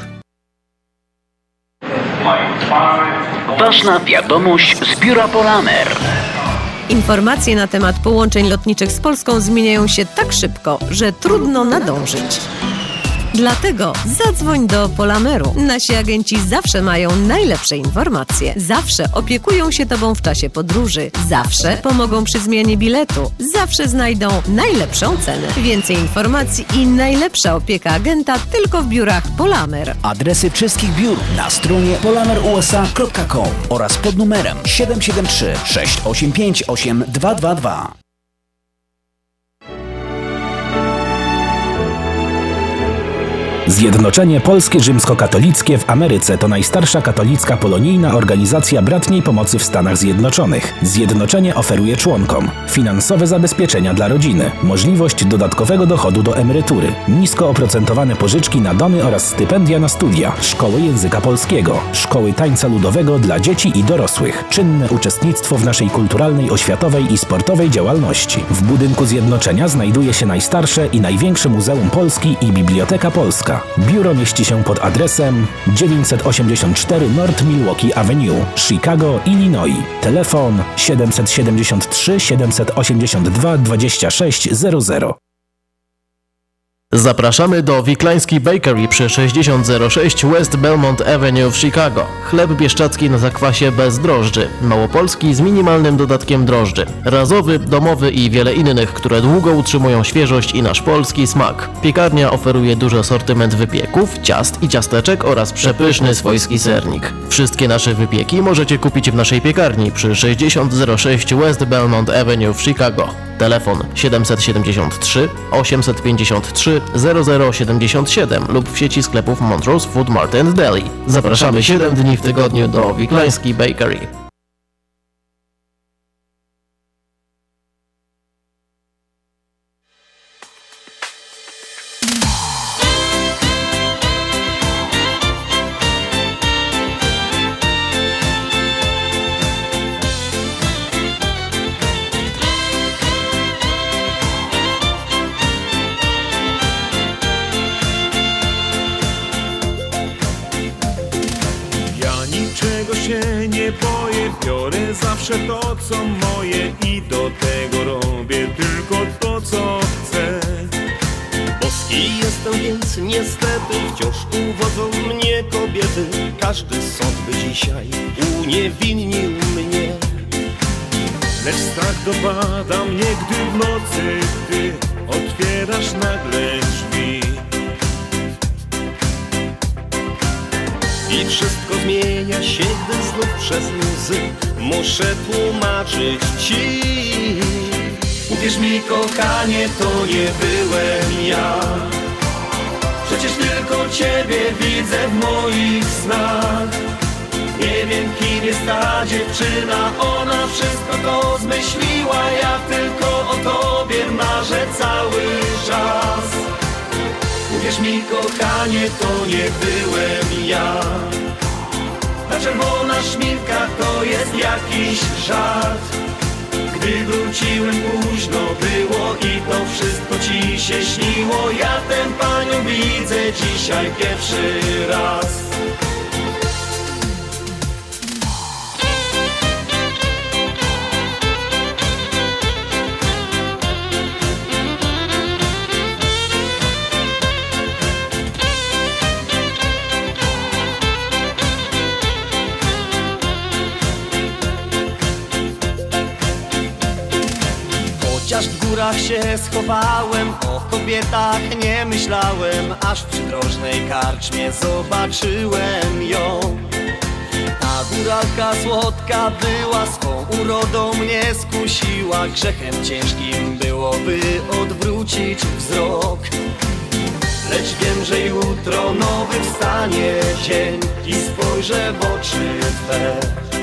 Ważna wiadomość z biura Polamer. Informacje na temat połączeń lotniczych z Polską zmieniają się tak szybko, że trudno nadążyć. Dlatego zadzwoń do Polameru. Nasi agenci zawsze mają najlepsze informacje. Zawsze opiekują się Tobą w czasie podróży. Zawsze pomogą przy zmianie biletu. Zawsze znajdą najlepszą cenę. Więcej informacji i najlepsza opieka agenta tylko w biurach Polamer. Adresy wszystkich biur na stronie polamer u s a kropka com oraz pod numerem siedem siedem trzy, sześć osiem pięć, osiem dwa dwa dwa. Zjednoczenie Polskie Rzymskokatolickie w Ameryce to najstarsza katolicka polonijna organizacja bratniej pomocy w Stanach Zjednoczonych. Zjednoczenie oferuje członkom finansowe zabezpieczenia dla rodziny, możliwość dodatkowego dochodu do emerytury, nisko oprocentowane pożyczki na domy oraz stypendia na studia, szkoły języka polskiego, szkoły tańca ludowego dla dzieci i dorosłych, czynne uczestnictwo w naszej kulturalnej, oświatowej i sportowej działalności. W budynku Zjednoczenia znajduje się najstarsze i największe Muzeum Polski i Biblioteka Polska. Biuro mieści się pod adresem dziewięćset osiemdziesiąt cztery North Milwaukee Avenue, Chicago, Illinois. Telefon siedem siedem trzy, siedem osiem dwa, dwa sześć zero zero. Zapraszamy do Wiklański Bakery przy sześćdziesiąt zero sześć West Belmont Avenue w Chicago. Chleb bieszczacki na zakwasie bez drożdży, małopolski z minimalnym dodatkiem drożdży, razowy, domowy i wiele innych, które długo utrzymują świeżość i nasz polski smak. Piekarnia oferuje duży asortyment wypieków, ciast i ciasteczek oraz przepyszny swojski sernik. Wszystkie nasze wypieki możecie kupić w naszej piekarni przy sześćdziesiąt zero sześć West Belmont Avenue w Chicago. Telefon siedem siedem trzy, osiem pięć trzy, zero zero siedem siedem lub w sieci sklepów Montrose Food Mart and Deli. Zapraszamy siedem dni w tygodniu do Wiklański Bakery. biorę zawsze to, co moje i do tego robię tylko to, co chcę. Boski jestem, więc niestety wciąż uwodzą mnie kobiety. Każdy sąd by dzisiaj uniewinnił mnie. Lecz strach dopada mnie, gdy w nocy ty otwierasz nagle drzwi. I wszystko zmienia się, gdy znów przez łzy muszę tłumaczyć ci. Uwierz mi, kochanie, to nie byłem ja. Przecież tylko ciebie widzę w moich snach. Nie wiem, kim jest ta dziewczyna, ona wszystko to zmyśliła. Ja tylko o tobie marzę cały czas. Uwierz mi, kochanie, to nie byłem ja. Ta czerwona szminka to jest jakiś żart. Gdy wróciłem, późno było i to wszystko ci się śniło. Ja tę panią widzę dzisiaj pierwszy raz. Chociaż w górach się schowałem, o kobietach nie myślałem, aż w przydrożnej karczmie zobaczyłem ją. Ta góralka słodka była, swą urodą mnie skusiła. Grzechem ciężkim byłoby odwrócić wzrok. Lecz wiem, że jutro nowy wstanie dzień i spojrzę w oczy Twe.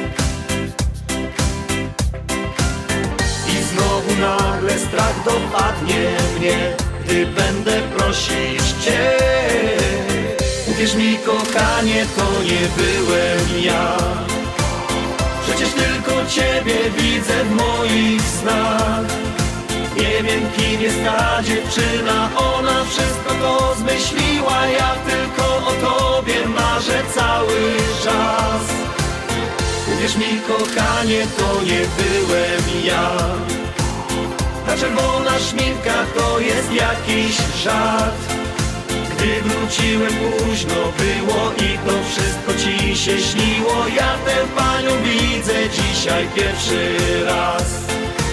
Znowu nagle strach dopadnie mnie, gdy będę prosić cię. Uwierz mi, kochanie, to nie byłem ja. Przecież tylko ciebie widzę w moich snach. Nie wiem, kim jest ta dziewczyna, ona wszystko to zmyśliła. Ja tylko o tobie marzę cały czas. Uwierz mi, kochanie, to nie byłem ja. Ta czerwona szminka to jest jakiś żart. Gdy wróciłem, późno było i to wszystko ci się śniło. Ja tę panią widzę dzisiaj pierwszy raz.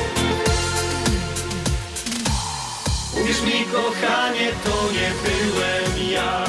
Uwierz mi, kochanie, to nie byłem ja.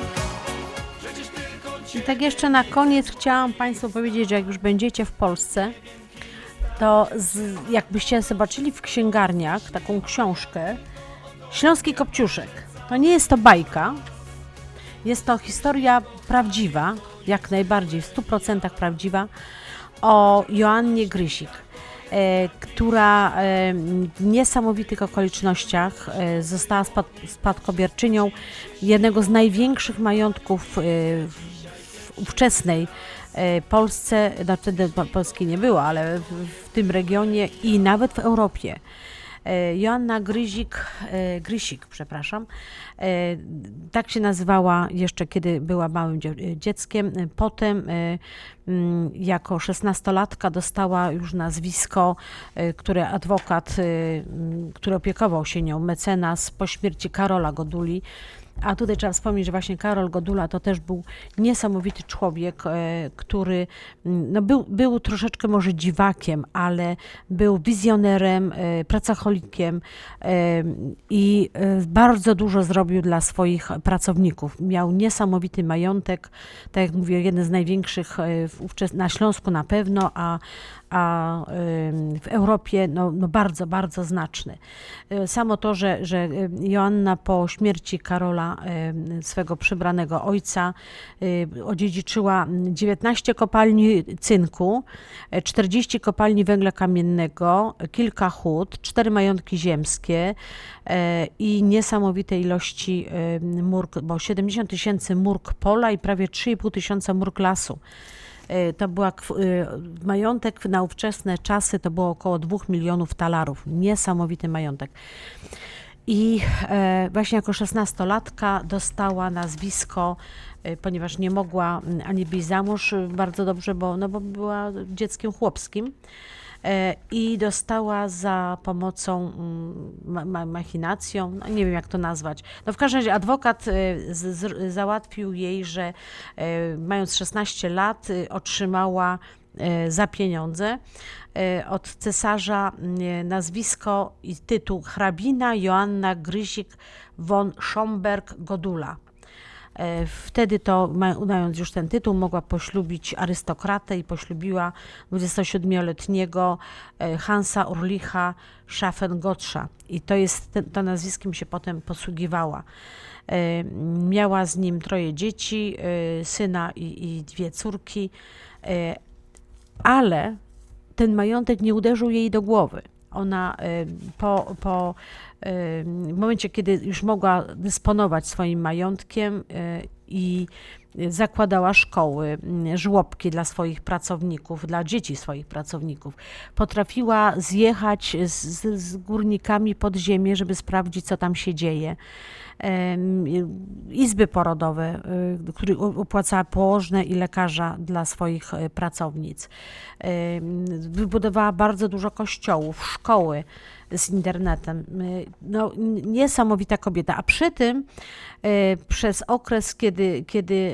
I tak jeszcze na koniec chciałam Państwu powiedzieć, że jak już będziecie w Polsce, to z, jakbyście zobaczyli w księgarniach taką książkę Śląski Kopciuszek. To nie jest to bajka, jest to historia prawdziwa, jak najbardziej w stu procentach prawdziwa, o Joannie Grysik, e, która e, w niesamowitych okolicznościach e, została spad, spadkobierczynią jednego z największych majątków e, w, w ówczesnej Polsce, no wtedy Polski nie było, ale w, w tym regionie i nawet w Europie. Joanna Gryzik, Grysik, przepraszam, tak się nazywała jeszcze, kiedy była małym dzieckiem. Potem jako szesnastolatka dostała już nazwisko, które adwokat, który opiekował się nią, mecenas po śmierci Karola Goduli. A tutaj trzeba wspomnieć, że właśnie Karol Godula to też był niesamowity człowiek, który no był, był troszeczkę może dziwakiem, ale był wizjonerem, pracocholikiem i bardzo dużo zrobił dla swoich pracowników. Miał niesamowity majątek, tak jak mówię, jeden z największych na Śląsku na pewno, a a w Europie no, no bardzo, bardzo znaczny. Samo to, że, że Joanna po śmierci Karola, swego przybranego ojca, odziedziczyła dziewiętnaście kopalni cynku, czterdzieści kopalni węgla kamiennego, kilka hut, cztery majątki ziemskie i niesamowite ilości mórk, bo siedemdziesiąt tysięcy mórk pola i prawie trzy i pół tysiąca mórk lasu. To była majątek na ówczesne czasy, to było około dwóch milionów talarów. Niesamowity majątek. I e, właśnie jako szesnastolatka dostała nazwisko, e, ponieważ nie mogła ani wyjść za mąż bardzo dobrze, bo, no, bo była dzieckiem chłopskim. I dostała za pomocą ma, ma, machinacją, no nie wiem jak to nazwać. No w każdym razie adwokat z, z, załatwił jej, że mając szesnaście lat otrzymała za pieniądze od cesarza nazwisko i tytuł hrabina Joanna Grysik von Schomberg-Godula. Wtedy to, mając już ten tytuł, mogła poślubić arystokratę i poślubiła dwudziestosiedmioletniego Hansa Urlicha Schaffengotscha. I to jest, to nazwiskiem się potem posługiwała. Miała z nim troje dzieci, syna i, i dwie córki, ale ten majątek nie uderzył jej do głowy. Ona po, po w momencie, kiedy już mogła dysponować swoim majątkiem i zakładała szkoły, żłobki dla swoich pracowników, dla dzieci swoich pracowników, potrafiła zjechać z, z górnikami pod ziemię, żeby sprawdzić, co tam się dzieje. Izby porodowe, które opłacała położne i lekarza dla swoich pracownic. Wybudowała bardzo dużo kościołów, szkoły z internetem. No, niesamowita kobieta, a przy tym przez okres, kiedy, kiedy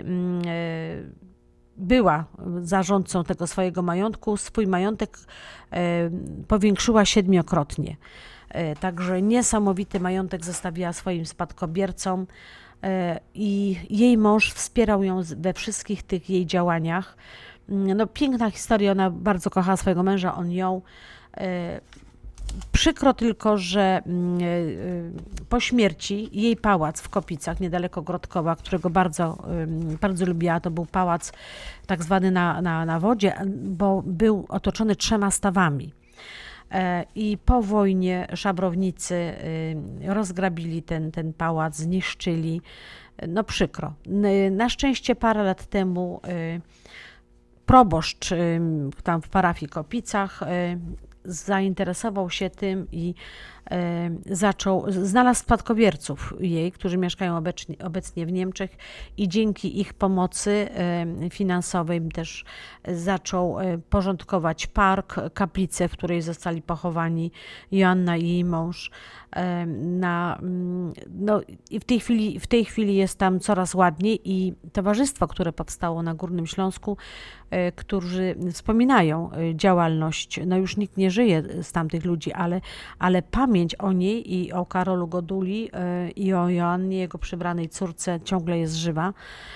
była zarządcą tego swojego majątku, swój majątek powiększyła siedmiokrotnie. Także niesamowity majątek zostawiła swoim spadkobiercom i jej mąż wspierał ją we wszystkich tych jej działaniach. No, piękna historia, ona bardzo kochała swojego męża, on ją. Przykro tylko, że po śmierci jej pałac w Kopicach, niedaleko Grodkowa, którego bardzo, bardzo lubiła, to był pałac tak zwany na, na, na wodzie, bo był otoczony trzema stawami. I po wojnie szabrownicy rozgrabili ten, ten pałac, zniszczyli. No przykro. Na szczęście parę lat temu proboszcz tam w parafii Kopicach zainteresował się tym i zaczął, znalazł spadkobierców jej, którzy mieszkają obecnie, obecnie w Niemczech i dzięki ich pomocy finansowej też zaczął porządkować park, kaplicę, w której zostali pochowani Joanna i jej mąż. Na, no, i w tej chwili, w tej chwili jest tam coraz ładniej i towarzystwo, które powstało na Górnym Śląsku, którzy wspominają działalność, no już nikt nie żyje z tamtych ludzi, ale, ale pamięć o niej i o Karolu Goduli i o Joannie, jego przybranej córce, ciągle jest żywa.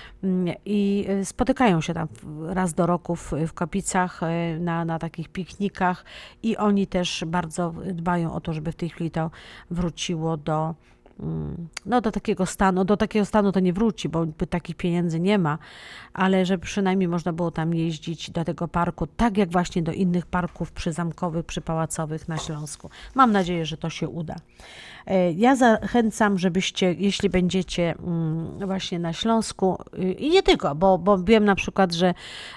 I spotykają się tam raz do roku w, w Kopicach na, na takich piknikach i oni też bardzo dbają o to, żeby w tej chwili to wróciło do, no, do takiego stanu. Do takiego stanu to nie wróci, bo takich pieniędzy nie ma, ale żeby przynajmniej można było tam jeździć do tego parku, tak jak właśnie do innych parków przyzamkowych, przypałacowych na Śląsku. Mam nadzieję, że to się uda. Ja zachęcam, żebyście, jeśli będziecie właśnie na Śląsku i nie tylko, bo, bo wiem na przykład, że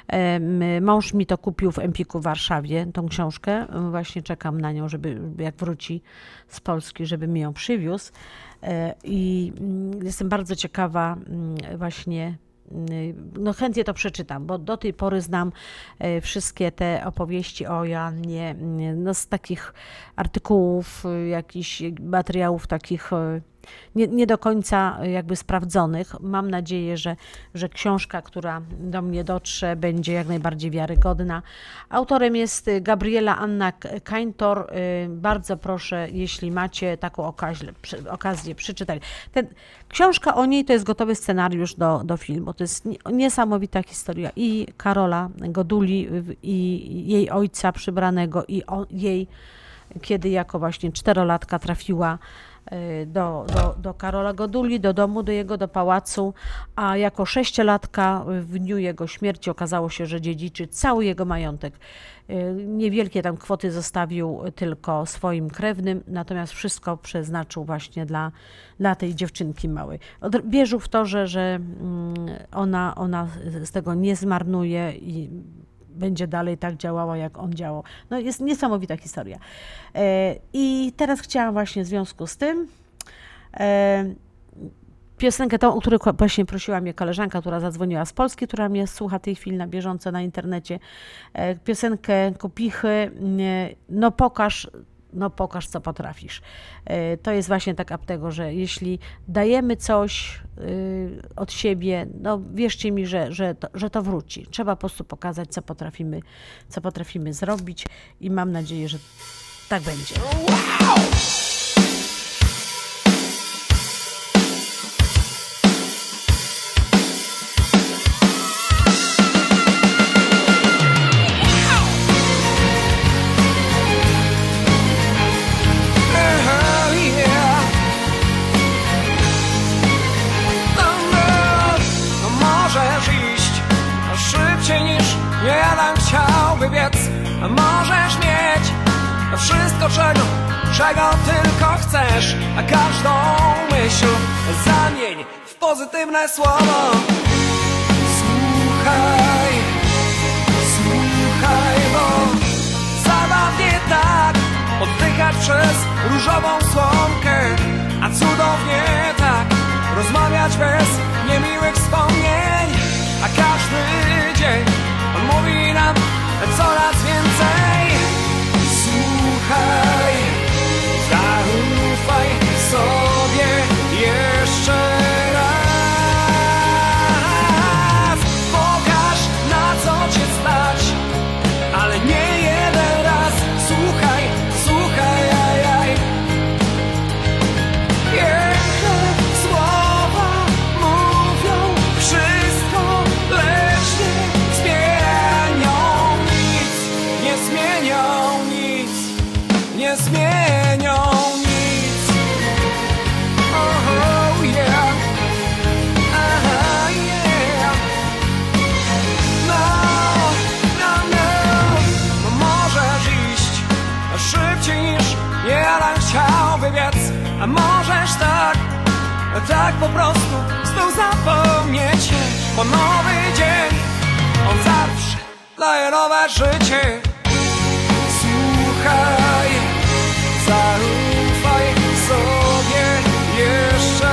mąż mi to kupił w Empiku w Warszawie, tą książkę, właśnie czekam na nią, żeby jak wróci z Polski, żeby mi ją przywiózł i jestem bardzo ciekawa właśnie, no chętnie to przeczytam, bo do tej pory znam wszystkie te opowieści o Joannie, no z takich artykułów, jakichś materiałów takich nie, nie do końca jakby sprawdzonych. Mam nadzieję, że, że książka, która do mnie dotrze, będzie jak najbardziej wiarygodna. Autorem jest Gabriela Anna Kaintor. Bardzo proszę, jeśli macie taką okazję, okazję przeczytać. Ten, książka o niej to jest gotowy scenariusz do, do filmu. To jest niesamowita historia i Karola Goduli, i jej ojca przybranego, i o, jej, kiedy jako właśnie czterolatka trafiła Do, do, do Karola Goduli, do domu, do jego, do pałacu, a jako sześciolatka w dniu jego śmierci okazało się, że dziedziczy cały jego majątek. Niewielkie tam kwoty zostawił tylko swoim krewnym, natomiast wszystko przeznaczył właśnie dla, dla tej dziewczynki małej. Wierzył w to, że, że ona, ona z tego nie zmarnuje i będzie dalej tak działała, jak on działał. No jest niesamowita historia. I teraz chciałam właśnie w związku z tym E, piosenkę tą, o którą właśnie prosiła mnie koleżanka, która zadzwoniła z Polski, która mnie słucha tej chwili na bieżąco na internecie. E, piosenkę Kopichy, e, no pokaż, no pokaż, co potrafisz. E, to jest właśnie tak tego, że jeśli dajemy coś y, od siebie, no wierzcie mi, że, że, to, że to wróci. Trzeba po prostu pokazać, co potrafimy, co potrafimy zrobić i mam nadzieję, że tak będzie. Wow! Jeden chciałby biec, a możesz mieć wszystko, czego, czego tylko chcesz, a każdą myśl zamień w pozytywne słowo. Słuchaj, słuchaj, bo zabawnie tak oddychać przez różową słomkę, a cudownie tak rozmawiać bez niemiłych wspomnień, a każdy dzień on mówi nam coraz więcej. Słuchaj, zaufaj sobie jeszcze raz. Pokaż, na co cię stać, ale nie jeden raz. Słuchaj, słuchaj, aj, aj. Piękne słowa mówią wszystko, lecz nie zmienią nic, nie zmienią nic, nie zmienią nic. Oh yeah, aha, yeah. No, no, no, możesz iść szybciej niż jeden chciałby biec, a możesz tak, tak po prostu znów zapomnieć, bo nowy dzień on zawsze daje nowe życie. Słuchaj, zaufaj sobie jeszcze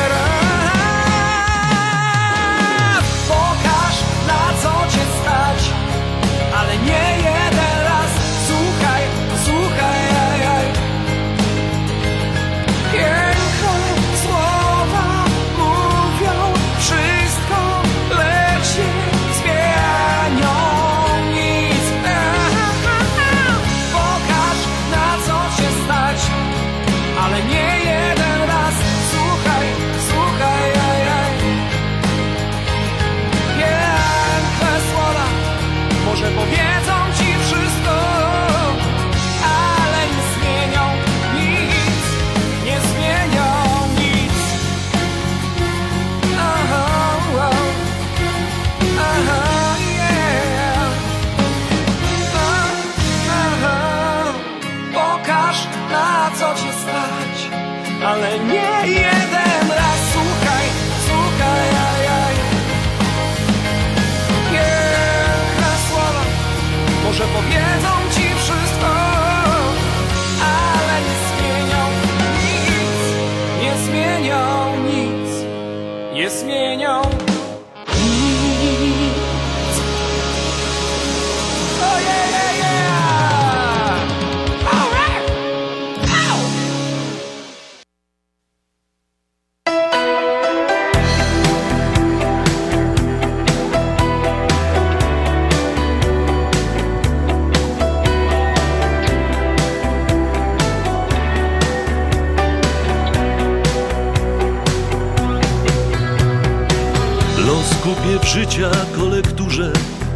raz. Pokaż, na co cię stać, ale nie jeden raz. Słuchaj, słuchaj, aj, aj. Piękne słowa mówią wszystko, lecz nie zmienią nic. Pokaż, na co cię stać, ale nie jeden raz. Słuchaj, słuchaj, aj, aj. Piękne słowa może powiedzą ci wszystko, ale nie zmienią nic, nie zmienią nic. Aha, wow. Aha, yeah. Aha. Pokaż, na co cię stać, ale nie jeden raz. Słuchaj, słuchaj, aj, aj. Piękne słowa może powiedzą ci wszystko, ale nie zmienią nic, nie zmienią nic, nie zmienią nic. Oh yeah, yeah, yeah. All right. Ow. Los kupię w życia kolekturze,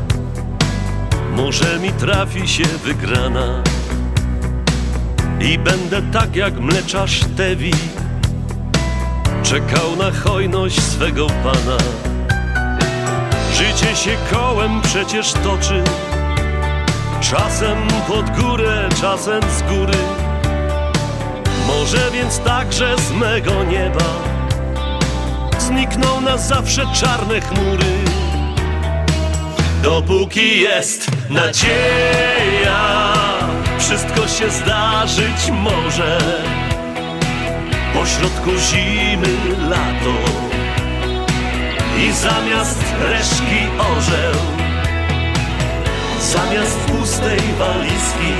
może mi trafi się wygrana i będę tak jak mleczarz Tewi czekał na hojność swego Pana. Życie się kołem przecież toczy, czasem pod górę, czasem z góry. Może więc także z mego nieba znikną na zawsze czarne chmury. Dopóki jest nadzieja, wszystko się zdarzyć może. Pośrodku zimy lato i zamiast reszki orzeł, zamiast pustej walizki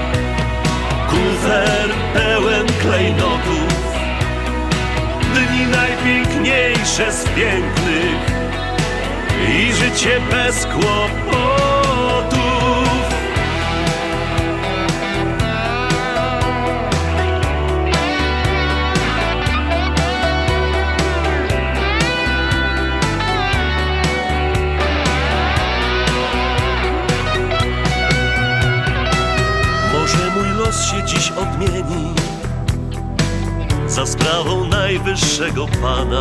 kufer pełen klejnotów. Dni najpiękniejsze z pięknych i życie bez kłopotów. Może mój los się dziś odmieni za sprawą najwyższego Pana.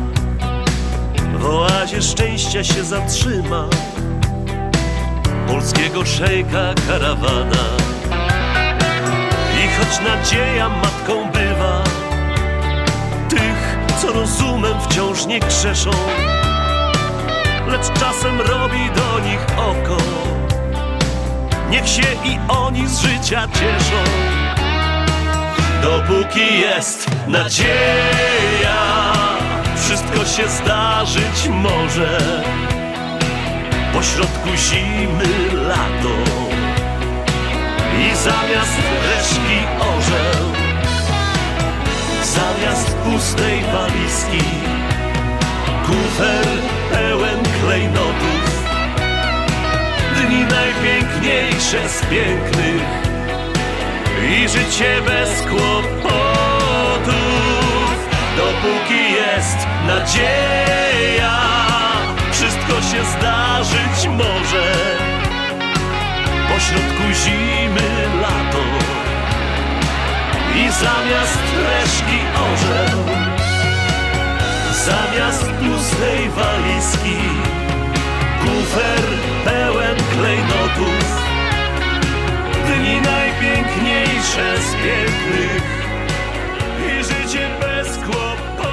W oazie szczęścia się zatrzyma polskiego szejka karawana. I choć nadzieja matką bywa tych, co rozumem wciąż nie grzeszą, lecz czasem robi do nich oko, niech się i oni z życia cieszą. Dopóki jest nadzieja, wszystko się zdarzyć może. Pośrodku zimy lato i zamiast reszki orzeł, zamiast pustej walizki kufer pełen klejnotów. Dni najpiękniejsze z pięknych i życie bez kłopotów. Dopóki jest nadzieja, wszystko się zdarzyć może. Pośrodku zimy lato i zamiast reszki orzeł, zamiast pustej walizki kufer pełen klejnotów. Dni najpiękniejsze z pięknych i życie bez kłopotów.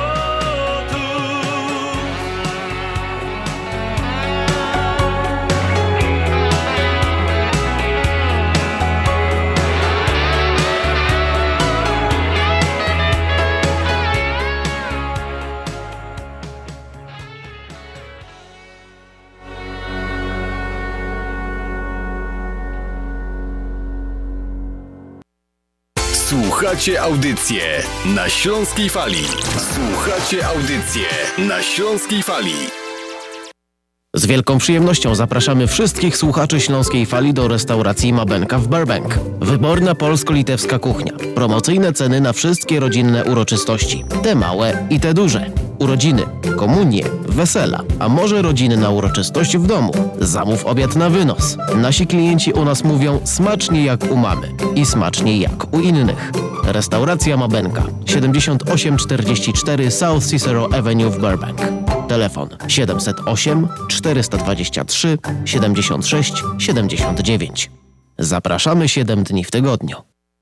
Słuchacie audycję na Śląskiej Fali. Słuchacie audycję na Śląskiej Fali. Z wielką przyjemnością zapraszamy wszystkich słuchaczy Śląskiej Fali do restauracji Mabenka w Burbank. Wyborna polsko-litewska kuchnia. Promocyjne ceny na wszystkie rodzinne uroczystości. Te małe i te duże. Urodziny, komunie, wesela, a może rodziny na uroczystość w domu. Zamów obiad na wynos. Nasi klienci u nas mówią smacznie jak u mamy i smacznie jak u innych. Restauracja Mabenka, siedemdziesiąt osiem czterdzieści cztery South Cicero Avenue w Burbank. Telefon siedemset osiem czterysta dwadzieścia trzy siedemdziesiąt sześć siedemdziesiąt dziewięć. Zapraszamy siedem dni w tygodniu.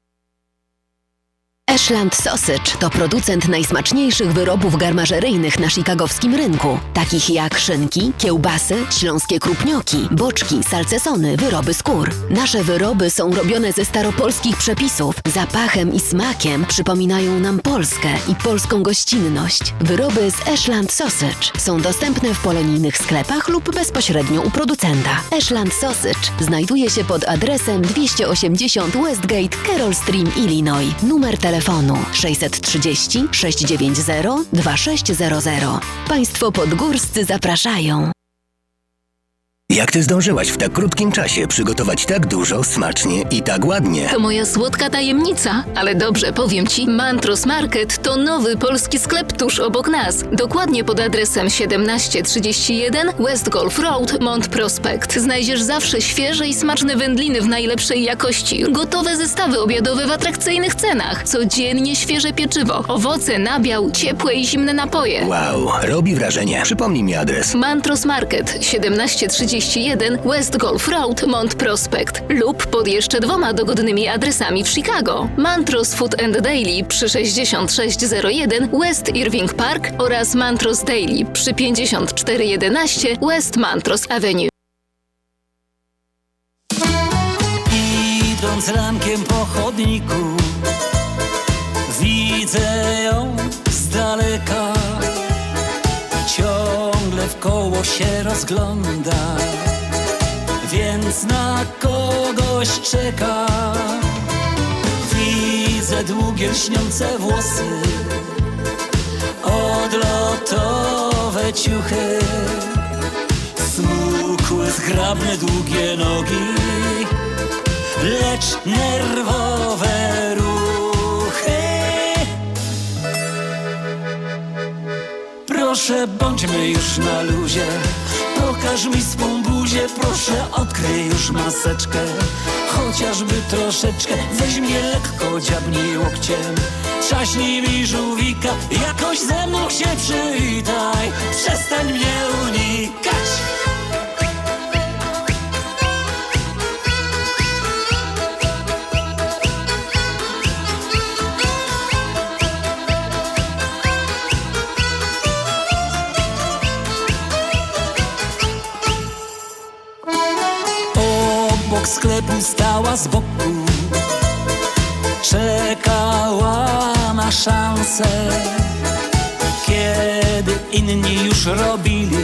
Ashland Sausage to producent najsmaczniejszych wyrobów garmażeryjnych na chicagowskim rynku, takich jak szynki, kiełbasy, śląskie krupnioki, boczki, salcesony, wyroby skór. Nasze wyroby są robione ze staropolskich przepisów. Zapachem i smakiem przypominają nam Polskę i polską gościnność. Wyroby z Ashland Sausage są dostępne w polonijnych sklepach lub bezpośrednio u producenta. Ashland Sausage znajduje się pod adresem dwieście osiemdziesiąt Westgate, Carroll Stream, Illinois. Numer telefonu Telefonu sześćset trzydzieści sześćset dziewięćdziesiąt dwa sześć zero zero. Państwo podgórscy zapraszają. Jak ty zdążyłaś w tak krótkim czasie przygotować tak dużo, smacznie i tak ładnie? To moja słodka tajemnica, ale dobrze, powiem ci. Mantros Market to nowy polski sklep tuż obok nas. Dokładnie pod adresem siedemnaście trzydzieści jeden West Golf Road, Mont Prospect. Znajdziesz zawsze świeże i smaczne wędliny w najlepszej jakości. Gotowe zestawy obiadowe w atrakcyjnych cenach. Codziennie świeże pieczywo, owoce, nabiał, ciepłe i zimne napoje. Wow, robi wrażenie. Przypomnij mi adres. Mantros Market, siedemnaście trzydzieści jeden West Golf Road, Mont Prospect lub pod jeszcze dwoma dogodnymi adresami w Chicago. Mantros Food and Daily przy sześćdziesiąt sześć zero jeden West Irving Park oraz Mantros Daily przy pięćdziesiąt cztery jedenaście West Mantros Avenue. Idąc rankiem po chodniku, widzę ją wokoło się rozgląda, więc na kogoś czeka. Widzę długie lśniące włosy, odlotowe ciuchy, smukłe, zgrabne, długie nogi, lecz nerwowe ruchy. Proszę, bądźmy już na luzie, pokaż mi swą buzię, proszę, odkryj już maseczkę, chociażby troszeczkę. Weź mnie lekko, dziabnij łokciem, trzaśnij mi żółwika, jakoś ze mną się przywitaj, przestań mnie unikać. Obok sklepu stała z boku, czekała na szansę, kiedy inni już robili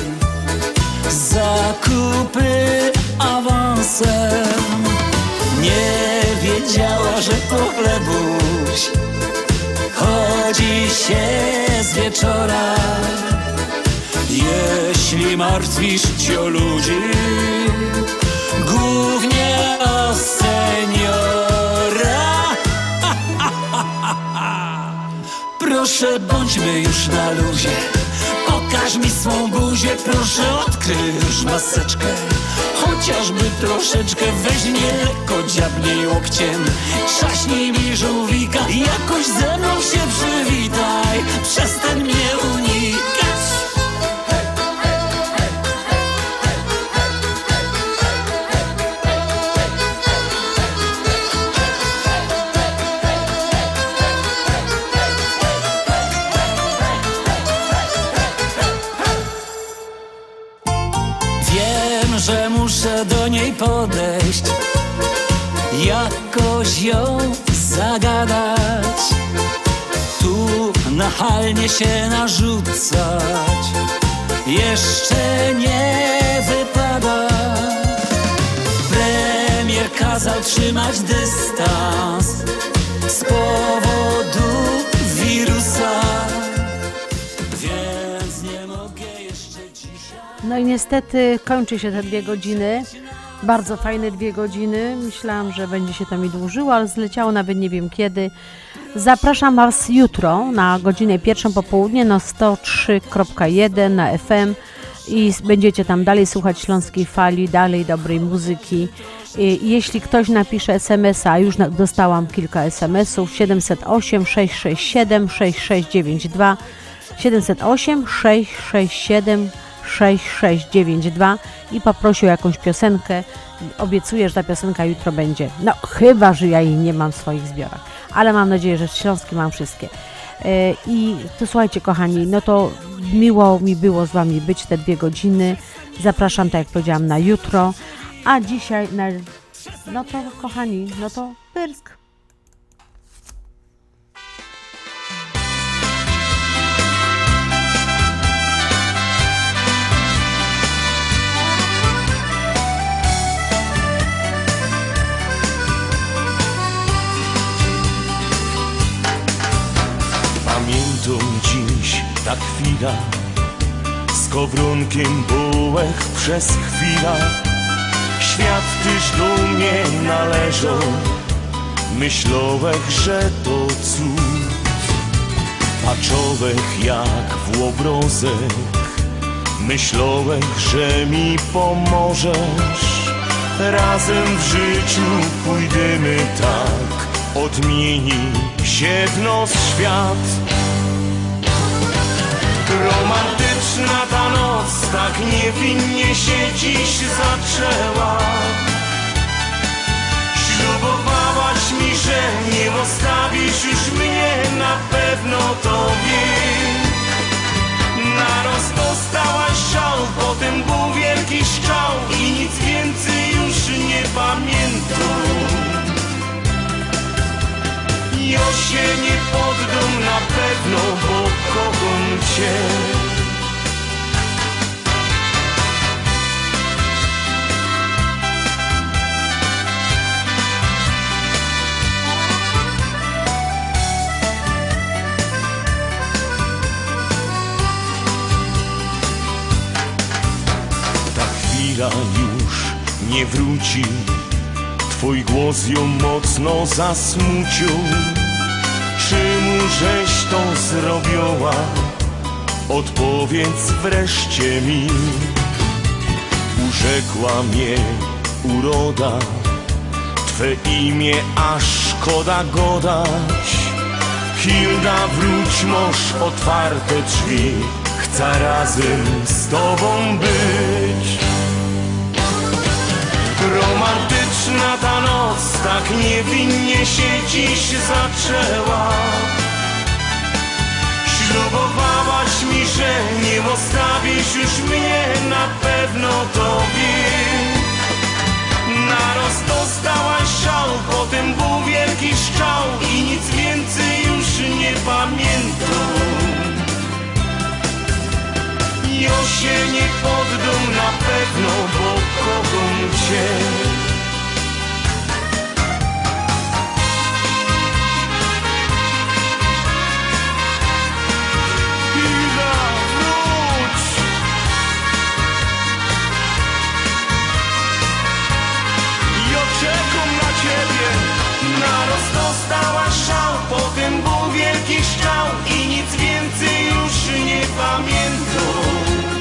zakupy awansem. Nie wiedziała, że po chlebuś chodzi się z wieczora. Jeśli martwisz się o ludzi, głównie o seniora. Proszę, bądźmy już na luzie, pokaż mi swą buzię, proszę, odkryj już maseczkę, chociażby troszeczkę. Weź mnie lekko, dziabnij łokciem, trzaśnij mi żółwika, jakoś ze mną się przywitaj, przestań mnie unikać. Że muszę do niej podejść, jakoś ją zagadać, tu nachalnie się narzucać jeszcze nie wypada. Premier kazał trzymać dystans z powodu wirusa, więc nie mogę jeszcze dzisiaj. No i niestety kończy się te dwie godziny. Bardzo fajne dwie godziny. Myślałam, że będzie się to mi dłużyło, ale zleciało nawet nie wiem kiedy. Zapraszam Was jutro na godzinę pierwszą po południe na sto trzy przecinek jeden na F M i będziecie tam dalej słuchać Śląskiej Fali, dalej dobrej muzyki. I jeśli ktoś napisze es em es a, już dostałam kilka es em esów, siedem zero osiem, sześć sześć siedem, sześć sześć dziewięć dwa, siedem zero osiem, sześć sześć siedem, sześć sześć dziewięć dwa i poprosił o jakąś piosenkę. Obiecuję, że ta piosenka jutro będzie. No chyba, że ja jej nie mam w swoich zbiorach, ale mam nadzieję, że śląskie mam wszystkie. I to słuchajcie, kochani, no to miło mi było z Wami być te dwie godziny. Zapraszam, tak jak powiedziałam, na jutro, a dzisiaj na... no to kochani, no to pyrsk. Pamiętam dziś ta chwila, z kowrunkiem bułek przez chwilę. Świat tyż do mnie należał, myślałech, że to cud. Patrzałech jak w obrozek, myślałech, że mi pomożesz. Razem w życiu pójdziemy tak, odmieni się w nos świat. Romantyczna ta noc tak niewinnie się dziś zaczęła. Ślubowałaś mi, że nie zostawisz już mnie, na pewno to wiem. Naraz dostałaś szał, potem był wielki szczał i nic więcej już nie pamiętam. Ja się nie poddam na pewno, bo kocham Cię. chwila już nie wróci, twój głos ją mocno zasmucił. Czemu żeś to zrobiła? Odpowiedz wreszcie mi. Urzekła mnie uroda, twe imię aż szkoda godać. Hilda, wróć, moż otwarte drzwi, chcę razem z tobą być. Romantyczna ta noc tak niewinnie się dziś zaczęła. Ślubowałaś mi, że nie zostawisz już mnie, na pewno to wiem. Naraz dostałaś szał, potem był wielki szczał i nic więcej już nie pamiętam. Ja się nie poddam na pewno, bo kocham cię. Hilda, wróć! Ja czekam na ciebie. Naraz dostałaś szał, potem był wielki szczał i nic więcej już nie pamiętam.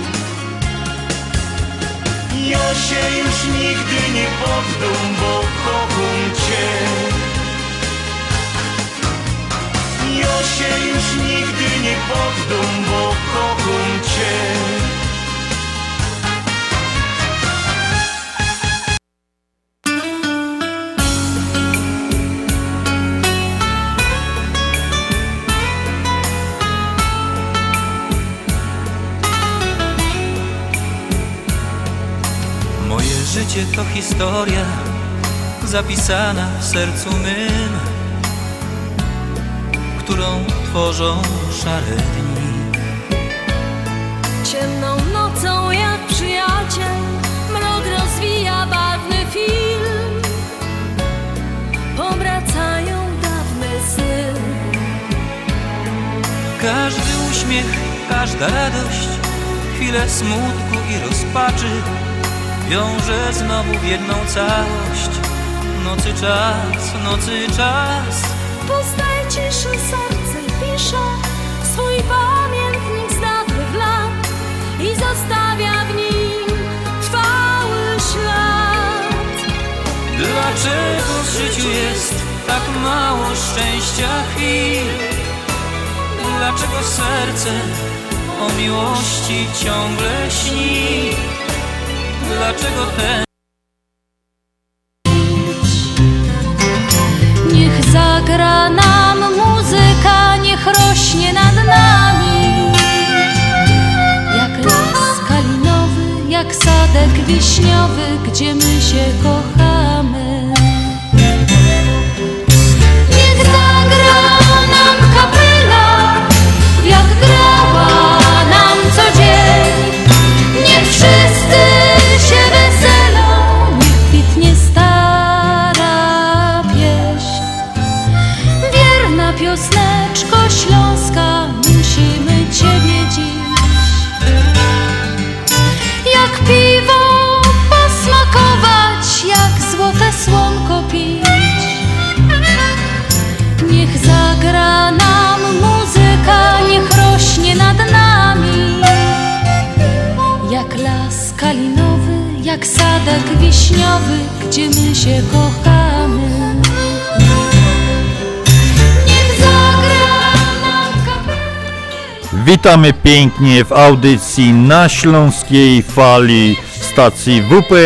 Ja się już nigdy nie poddam, bo kocham cię. Ja się już nigdy nie poddam, bo kocham cię. Życie to historia zapisana w sercu mym, którą tworzą szare dni. Ciemną nocą jak przyjaciel mrok rozwija barwny film. Powracają dawne sny. Każdy uśmiech, każda radość, chwilę smutku i rozpaczy wiąże znowu w jedną całość. Nocy czas, nocy czas. Puste ciszy serce pisze swój pamiętnik z dawnych lat i zostawia w nim trwały ślad. Dlaczego w życiu jest tak mało szczęścia chwil? Dlaczego serce o miłości ciągle śni? Dlaczego ten? Niech zagra nam muzyka, niech rośnie nad nami. Jak las kalinowy, jak sadek wiśniowy, gdzie my się kochamy. Niech zagra nam kapela, jak grała nam co dzień. Niech wszyscy się weselą, niech kwitnie stara pieśń. Wierna piosneczko śląska, musimy ciebie dziś. Jak piwo posmakować, jak złote słonko pić. Niech zagra nam muzyka, niech rośnie nad nami. Jak las kalinowy, jak sadek wiśniowy, gdzie my się kochamy. Niech zagra nam kapela. Witamy pięknie w audycji na Śląskiej Fali stacji W P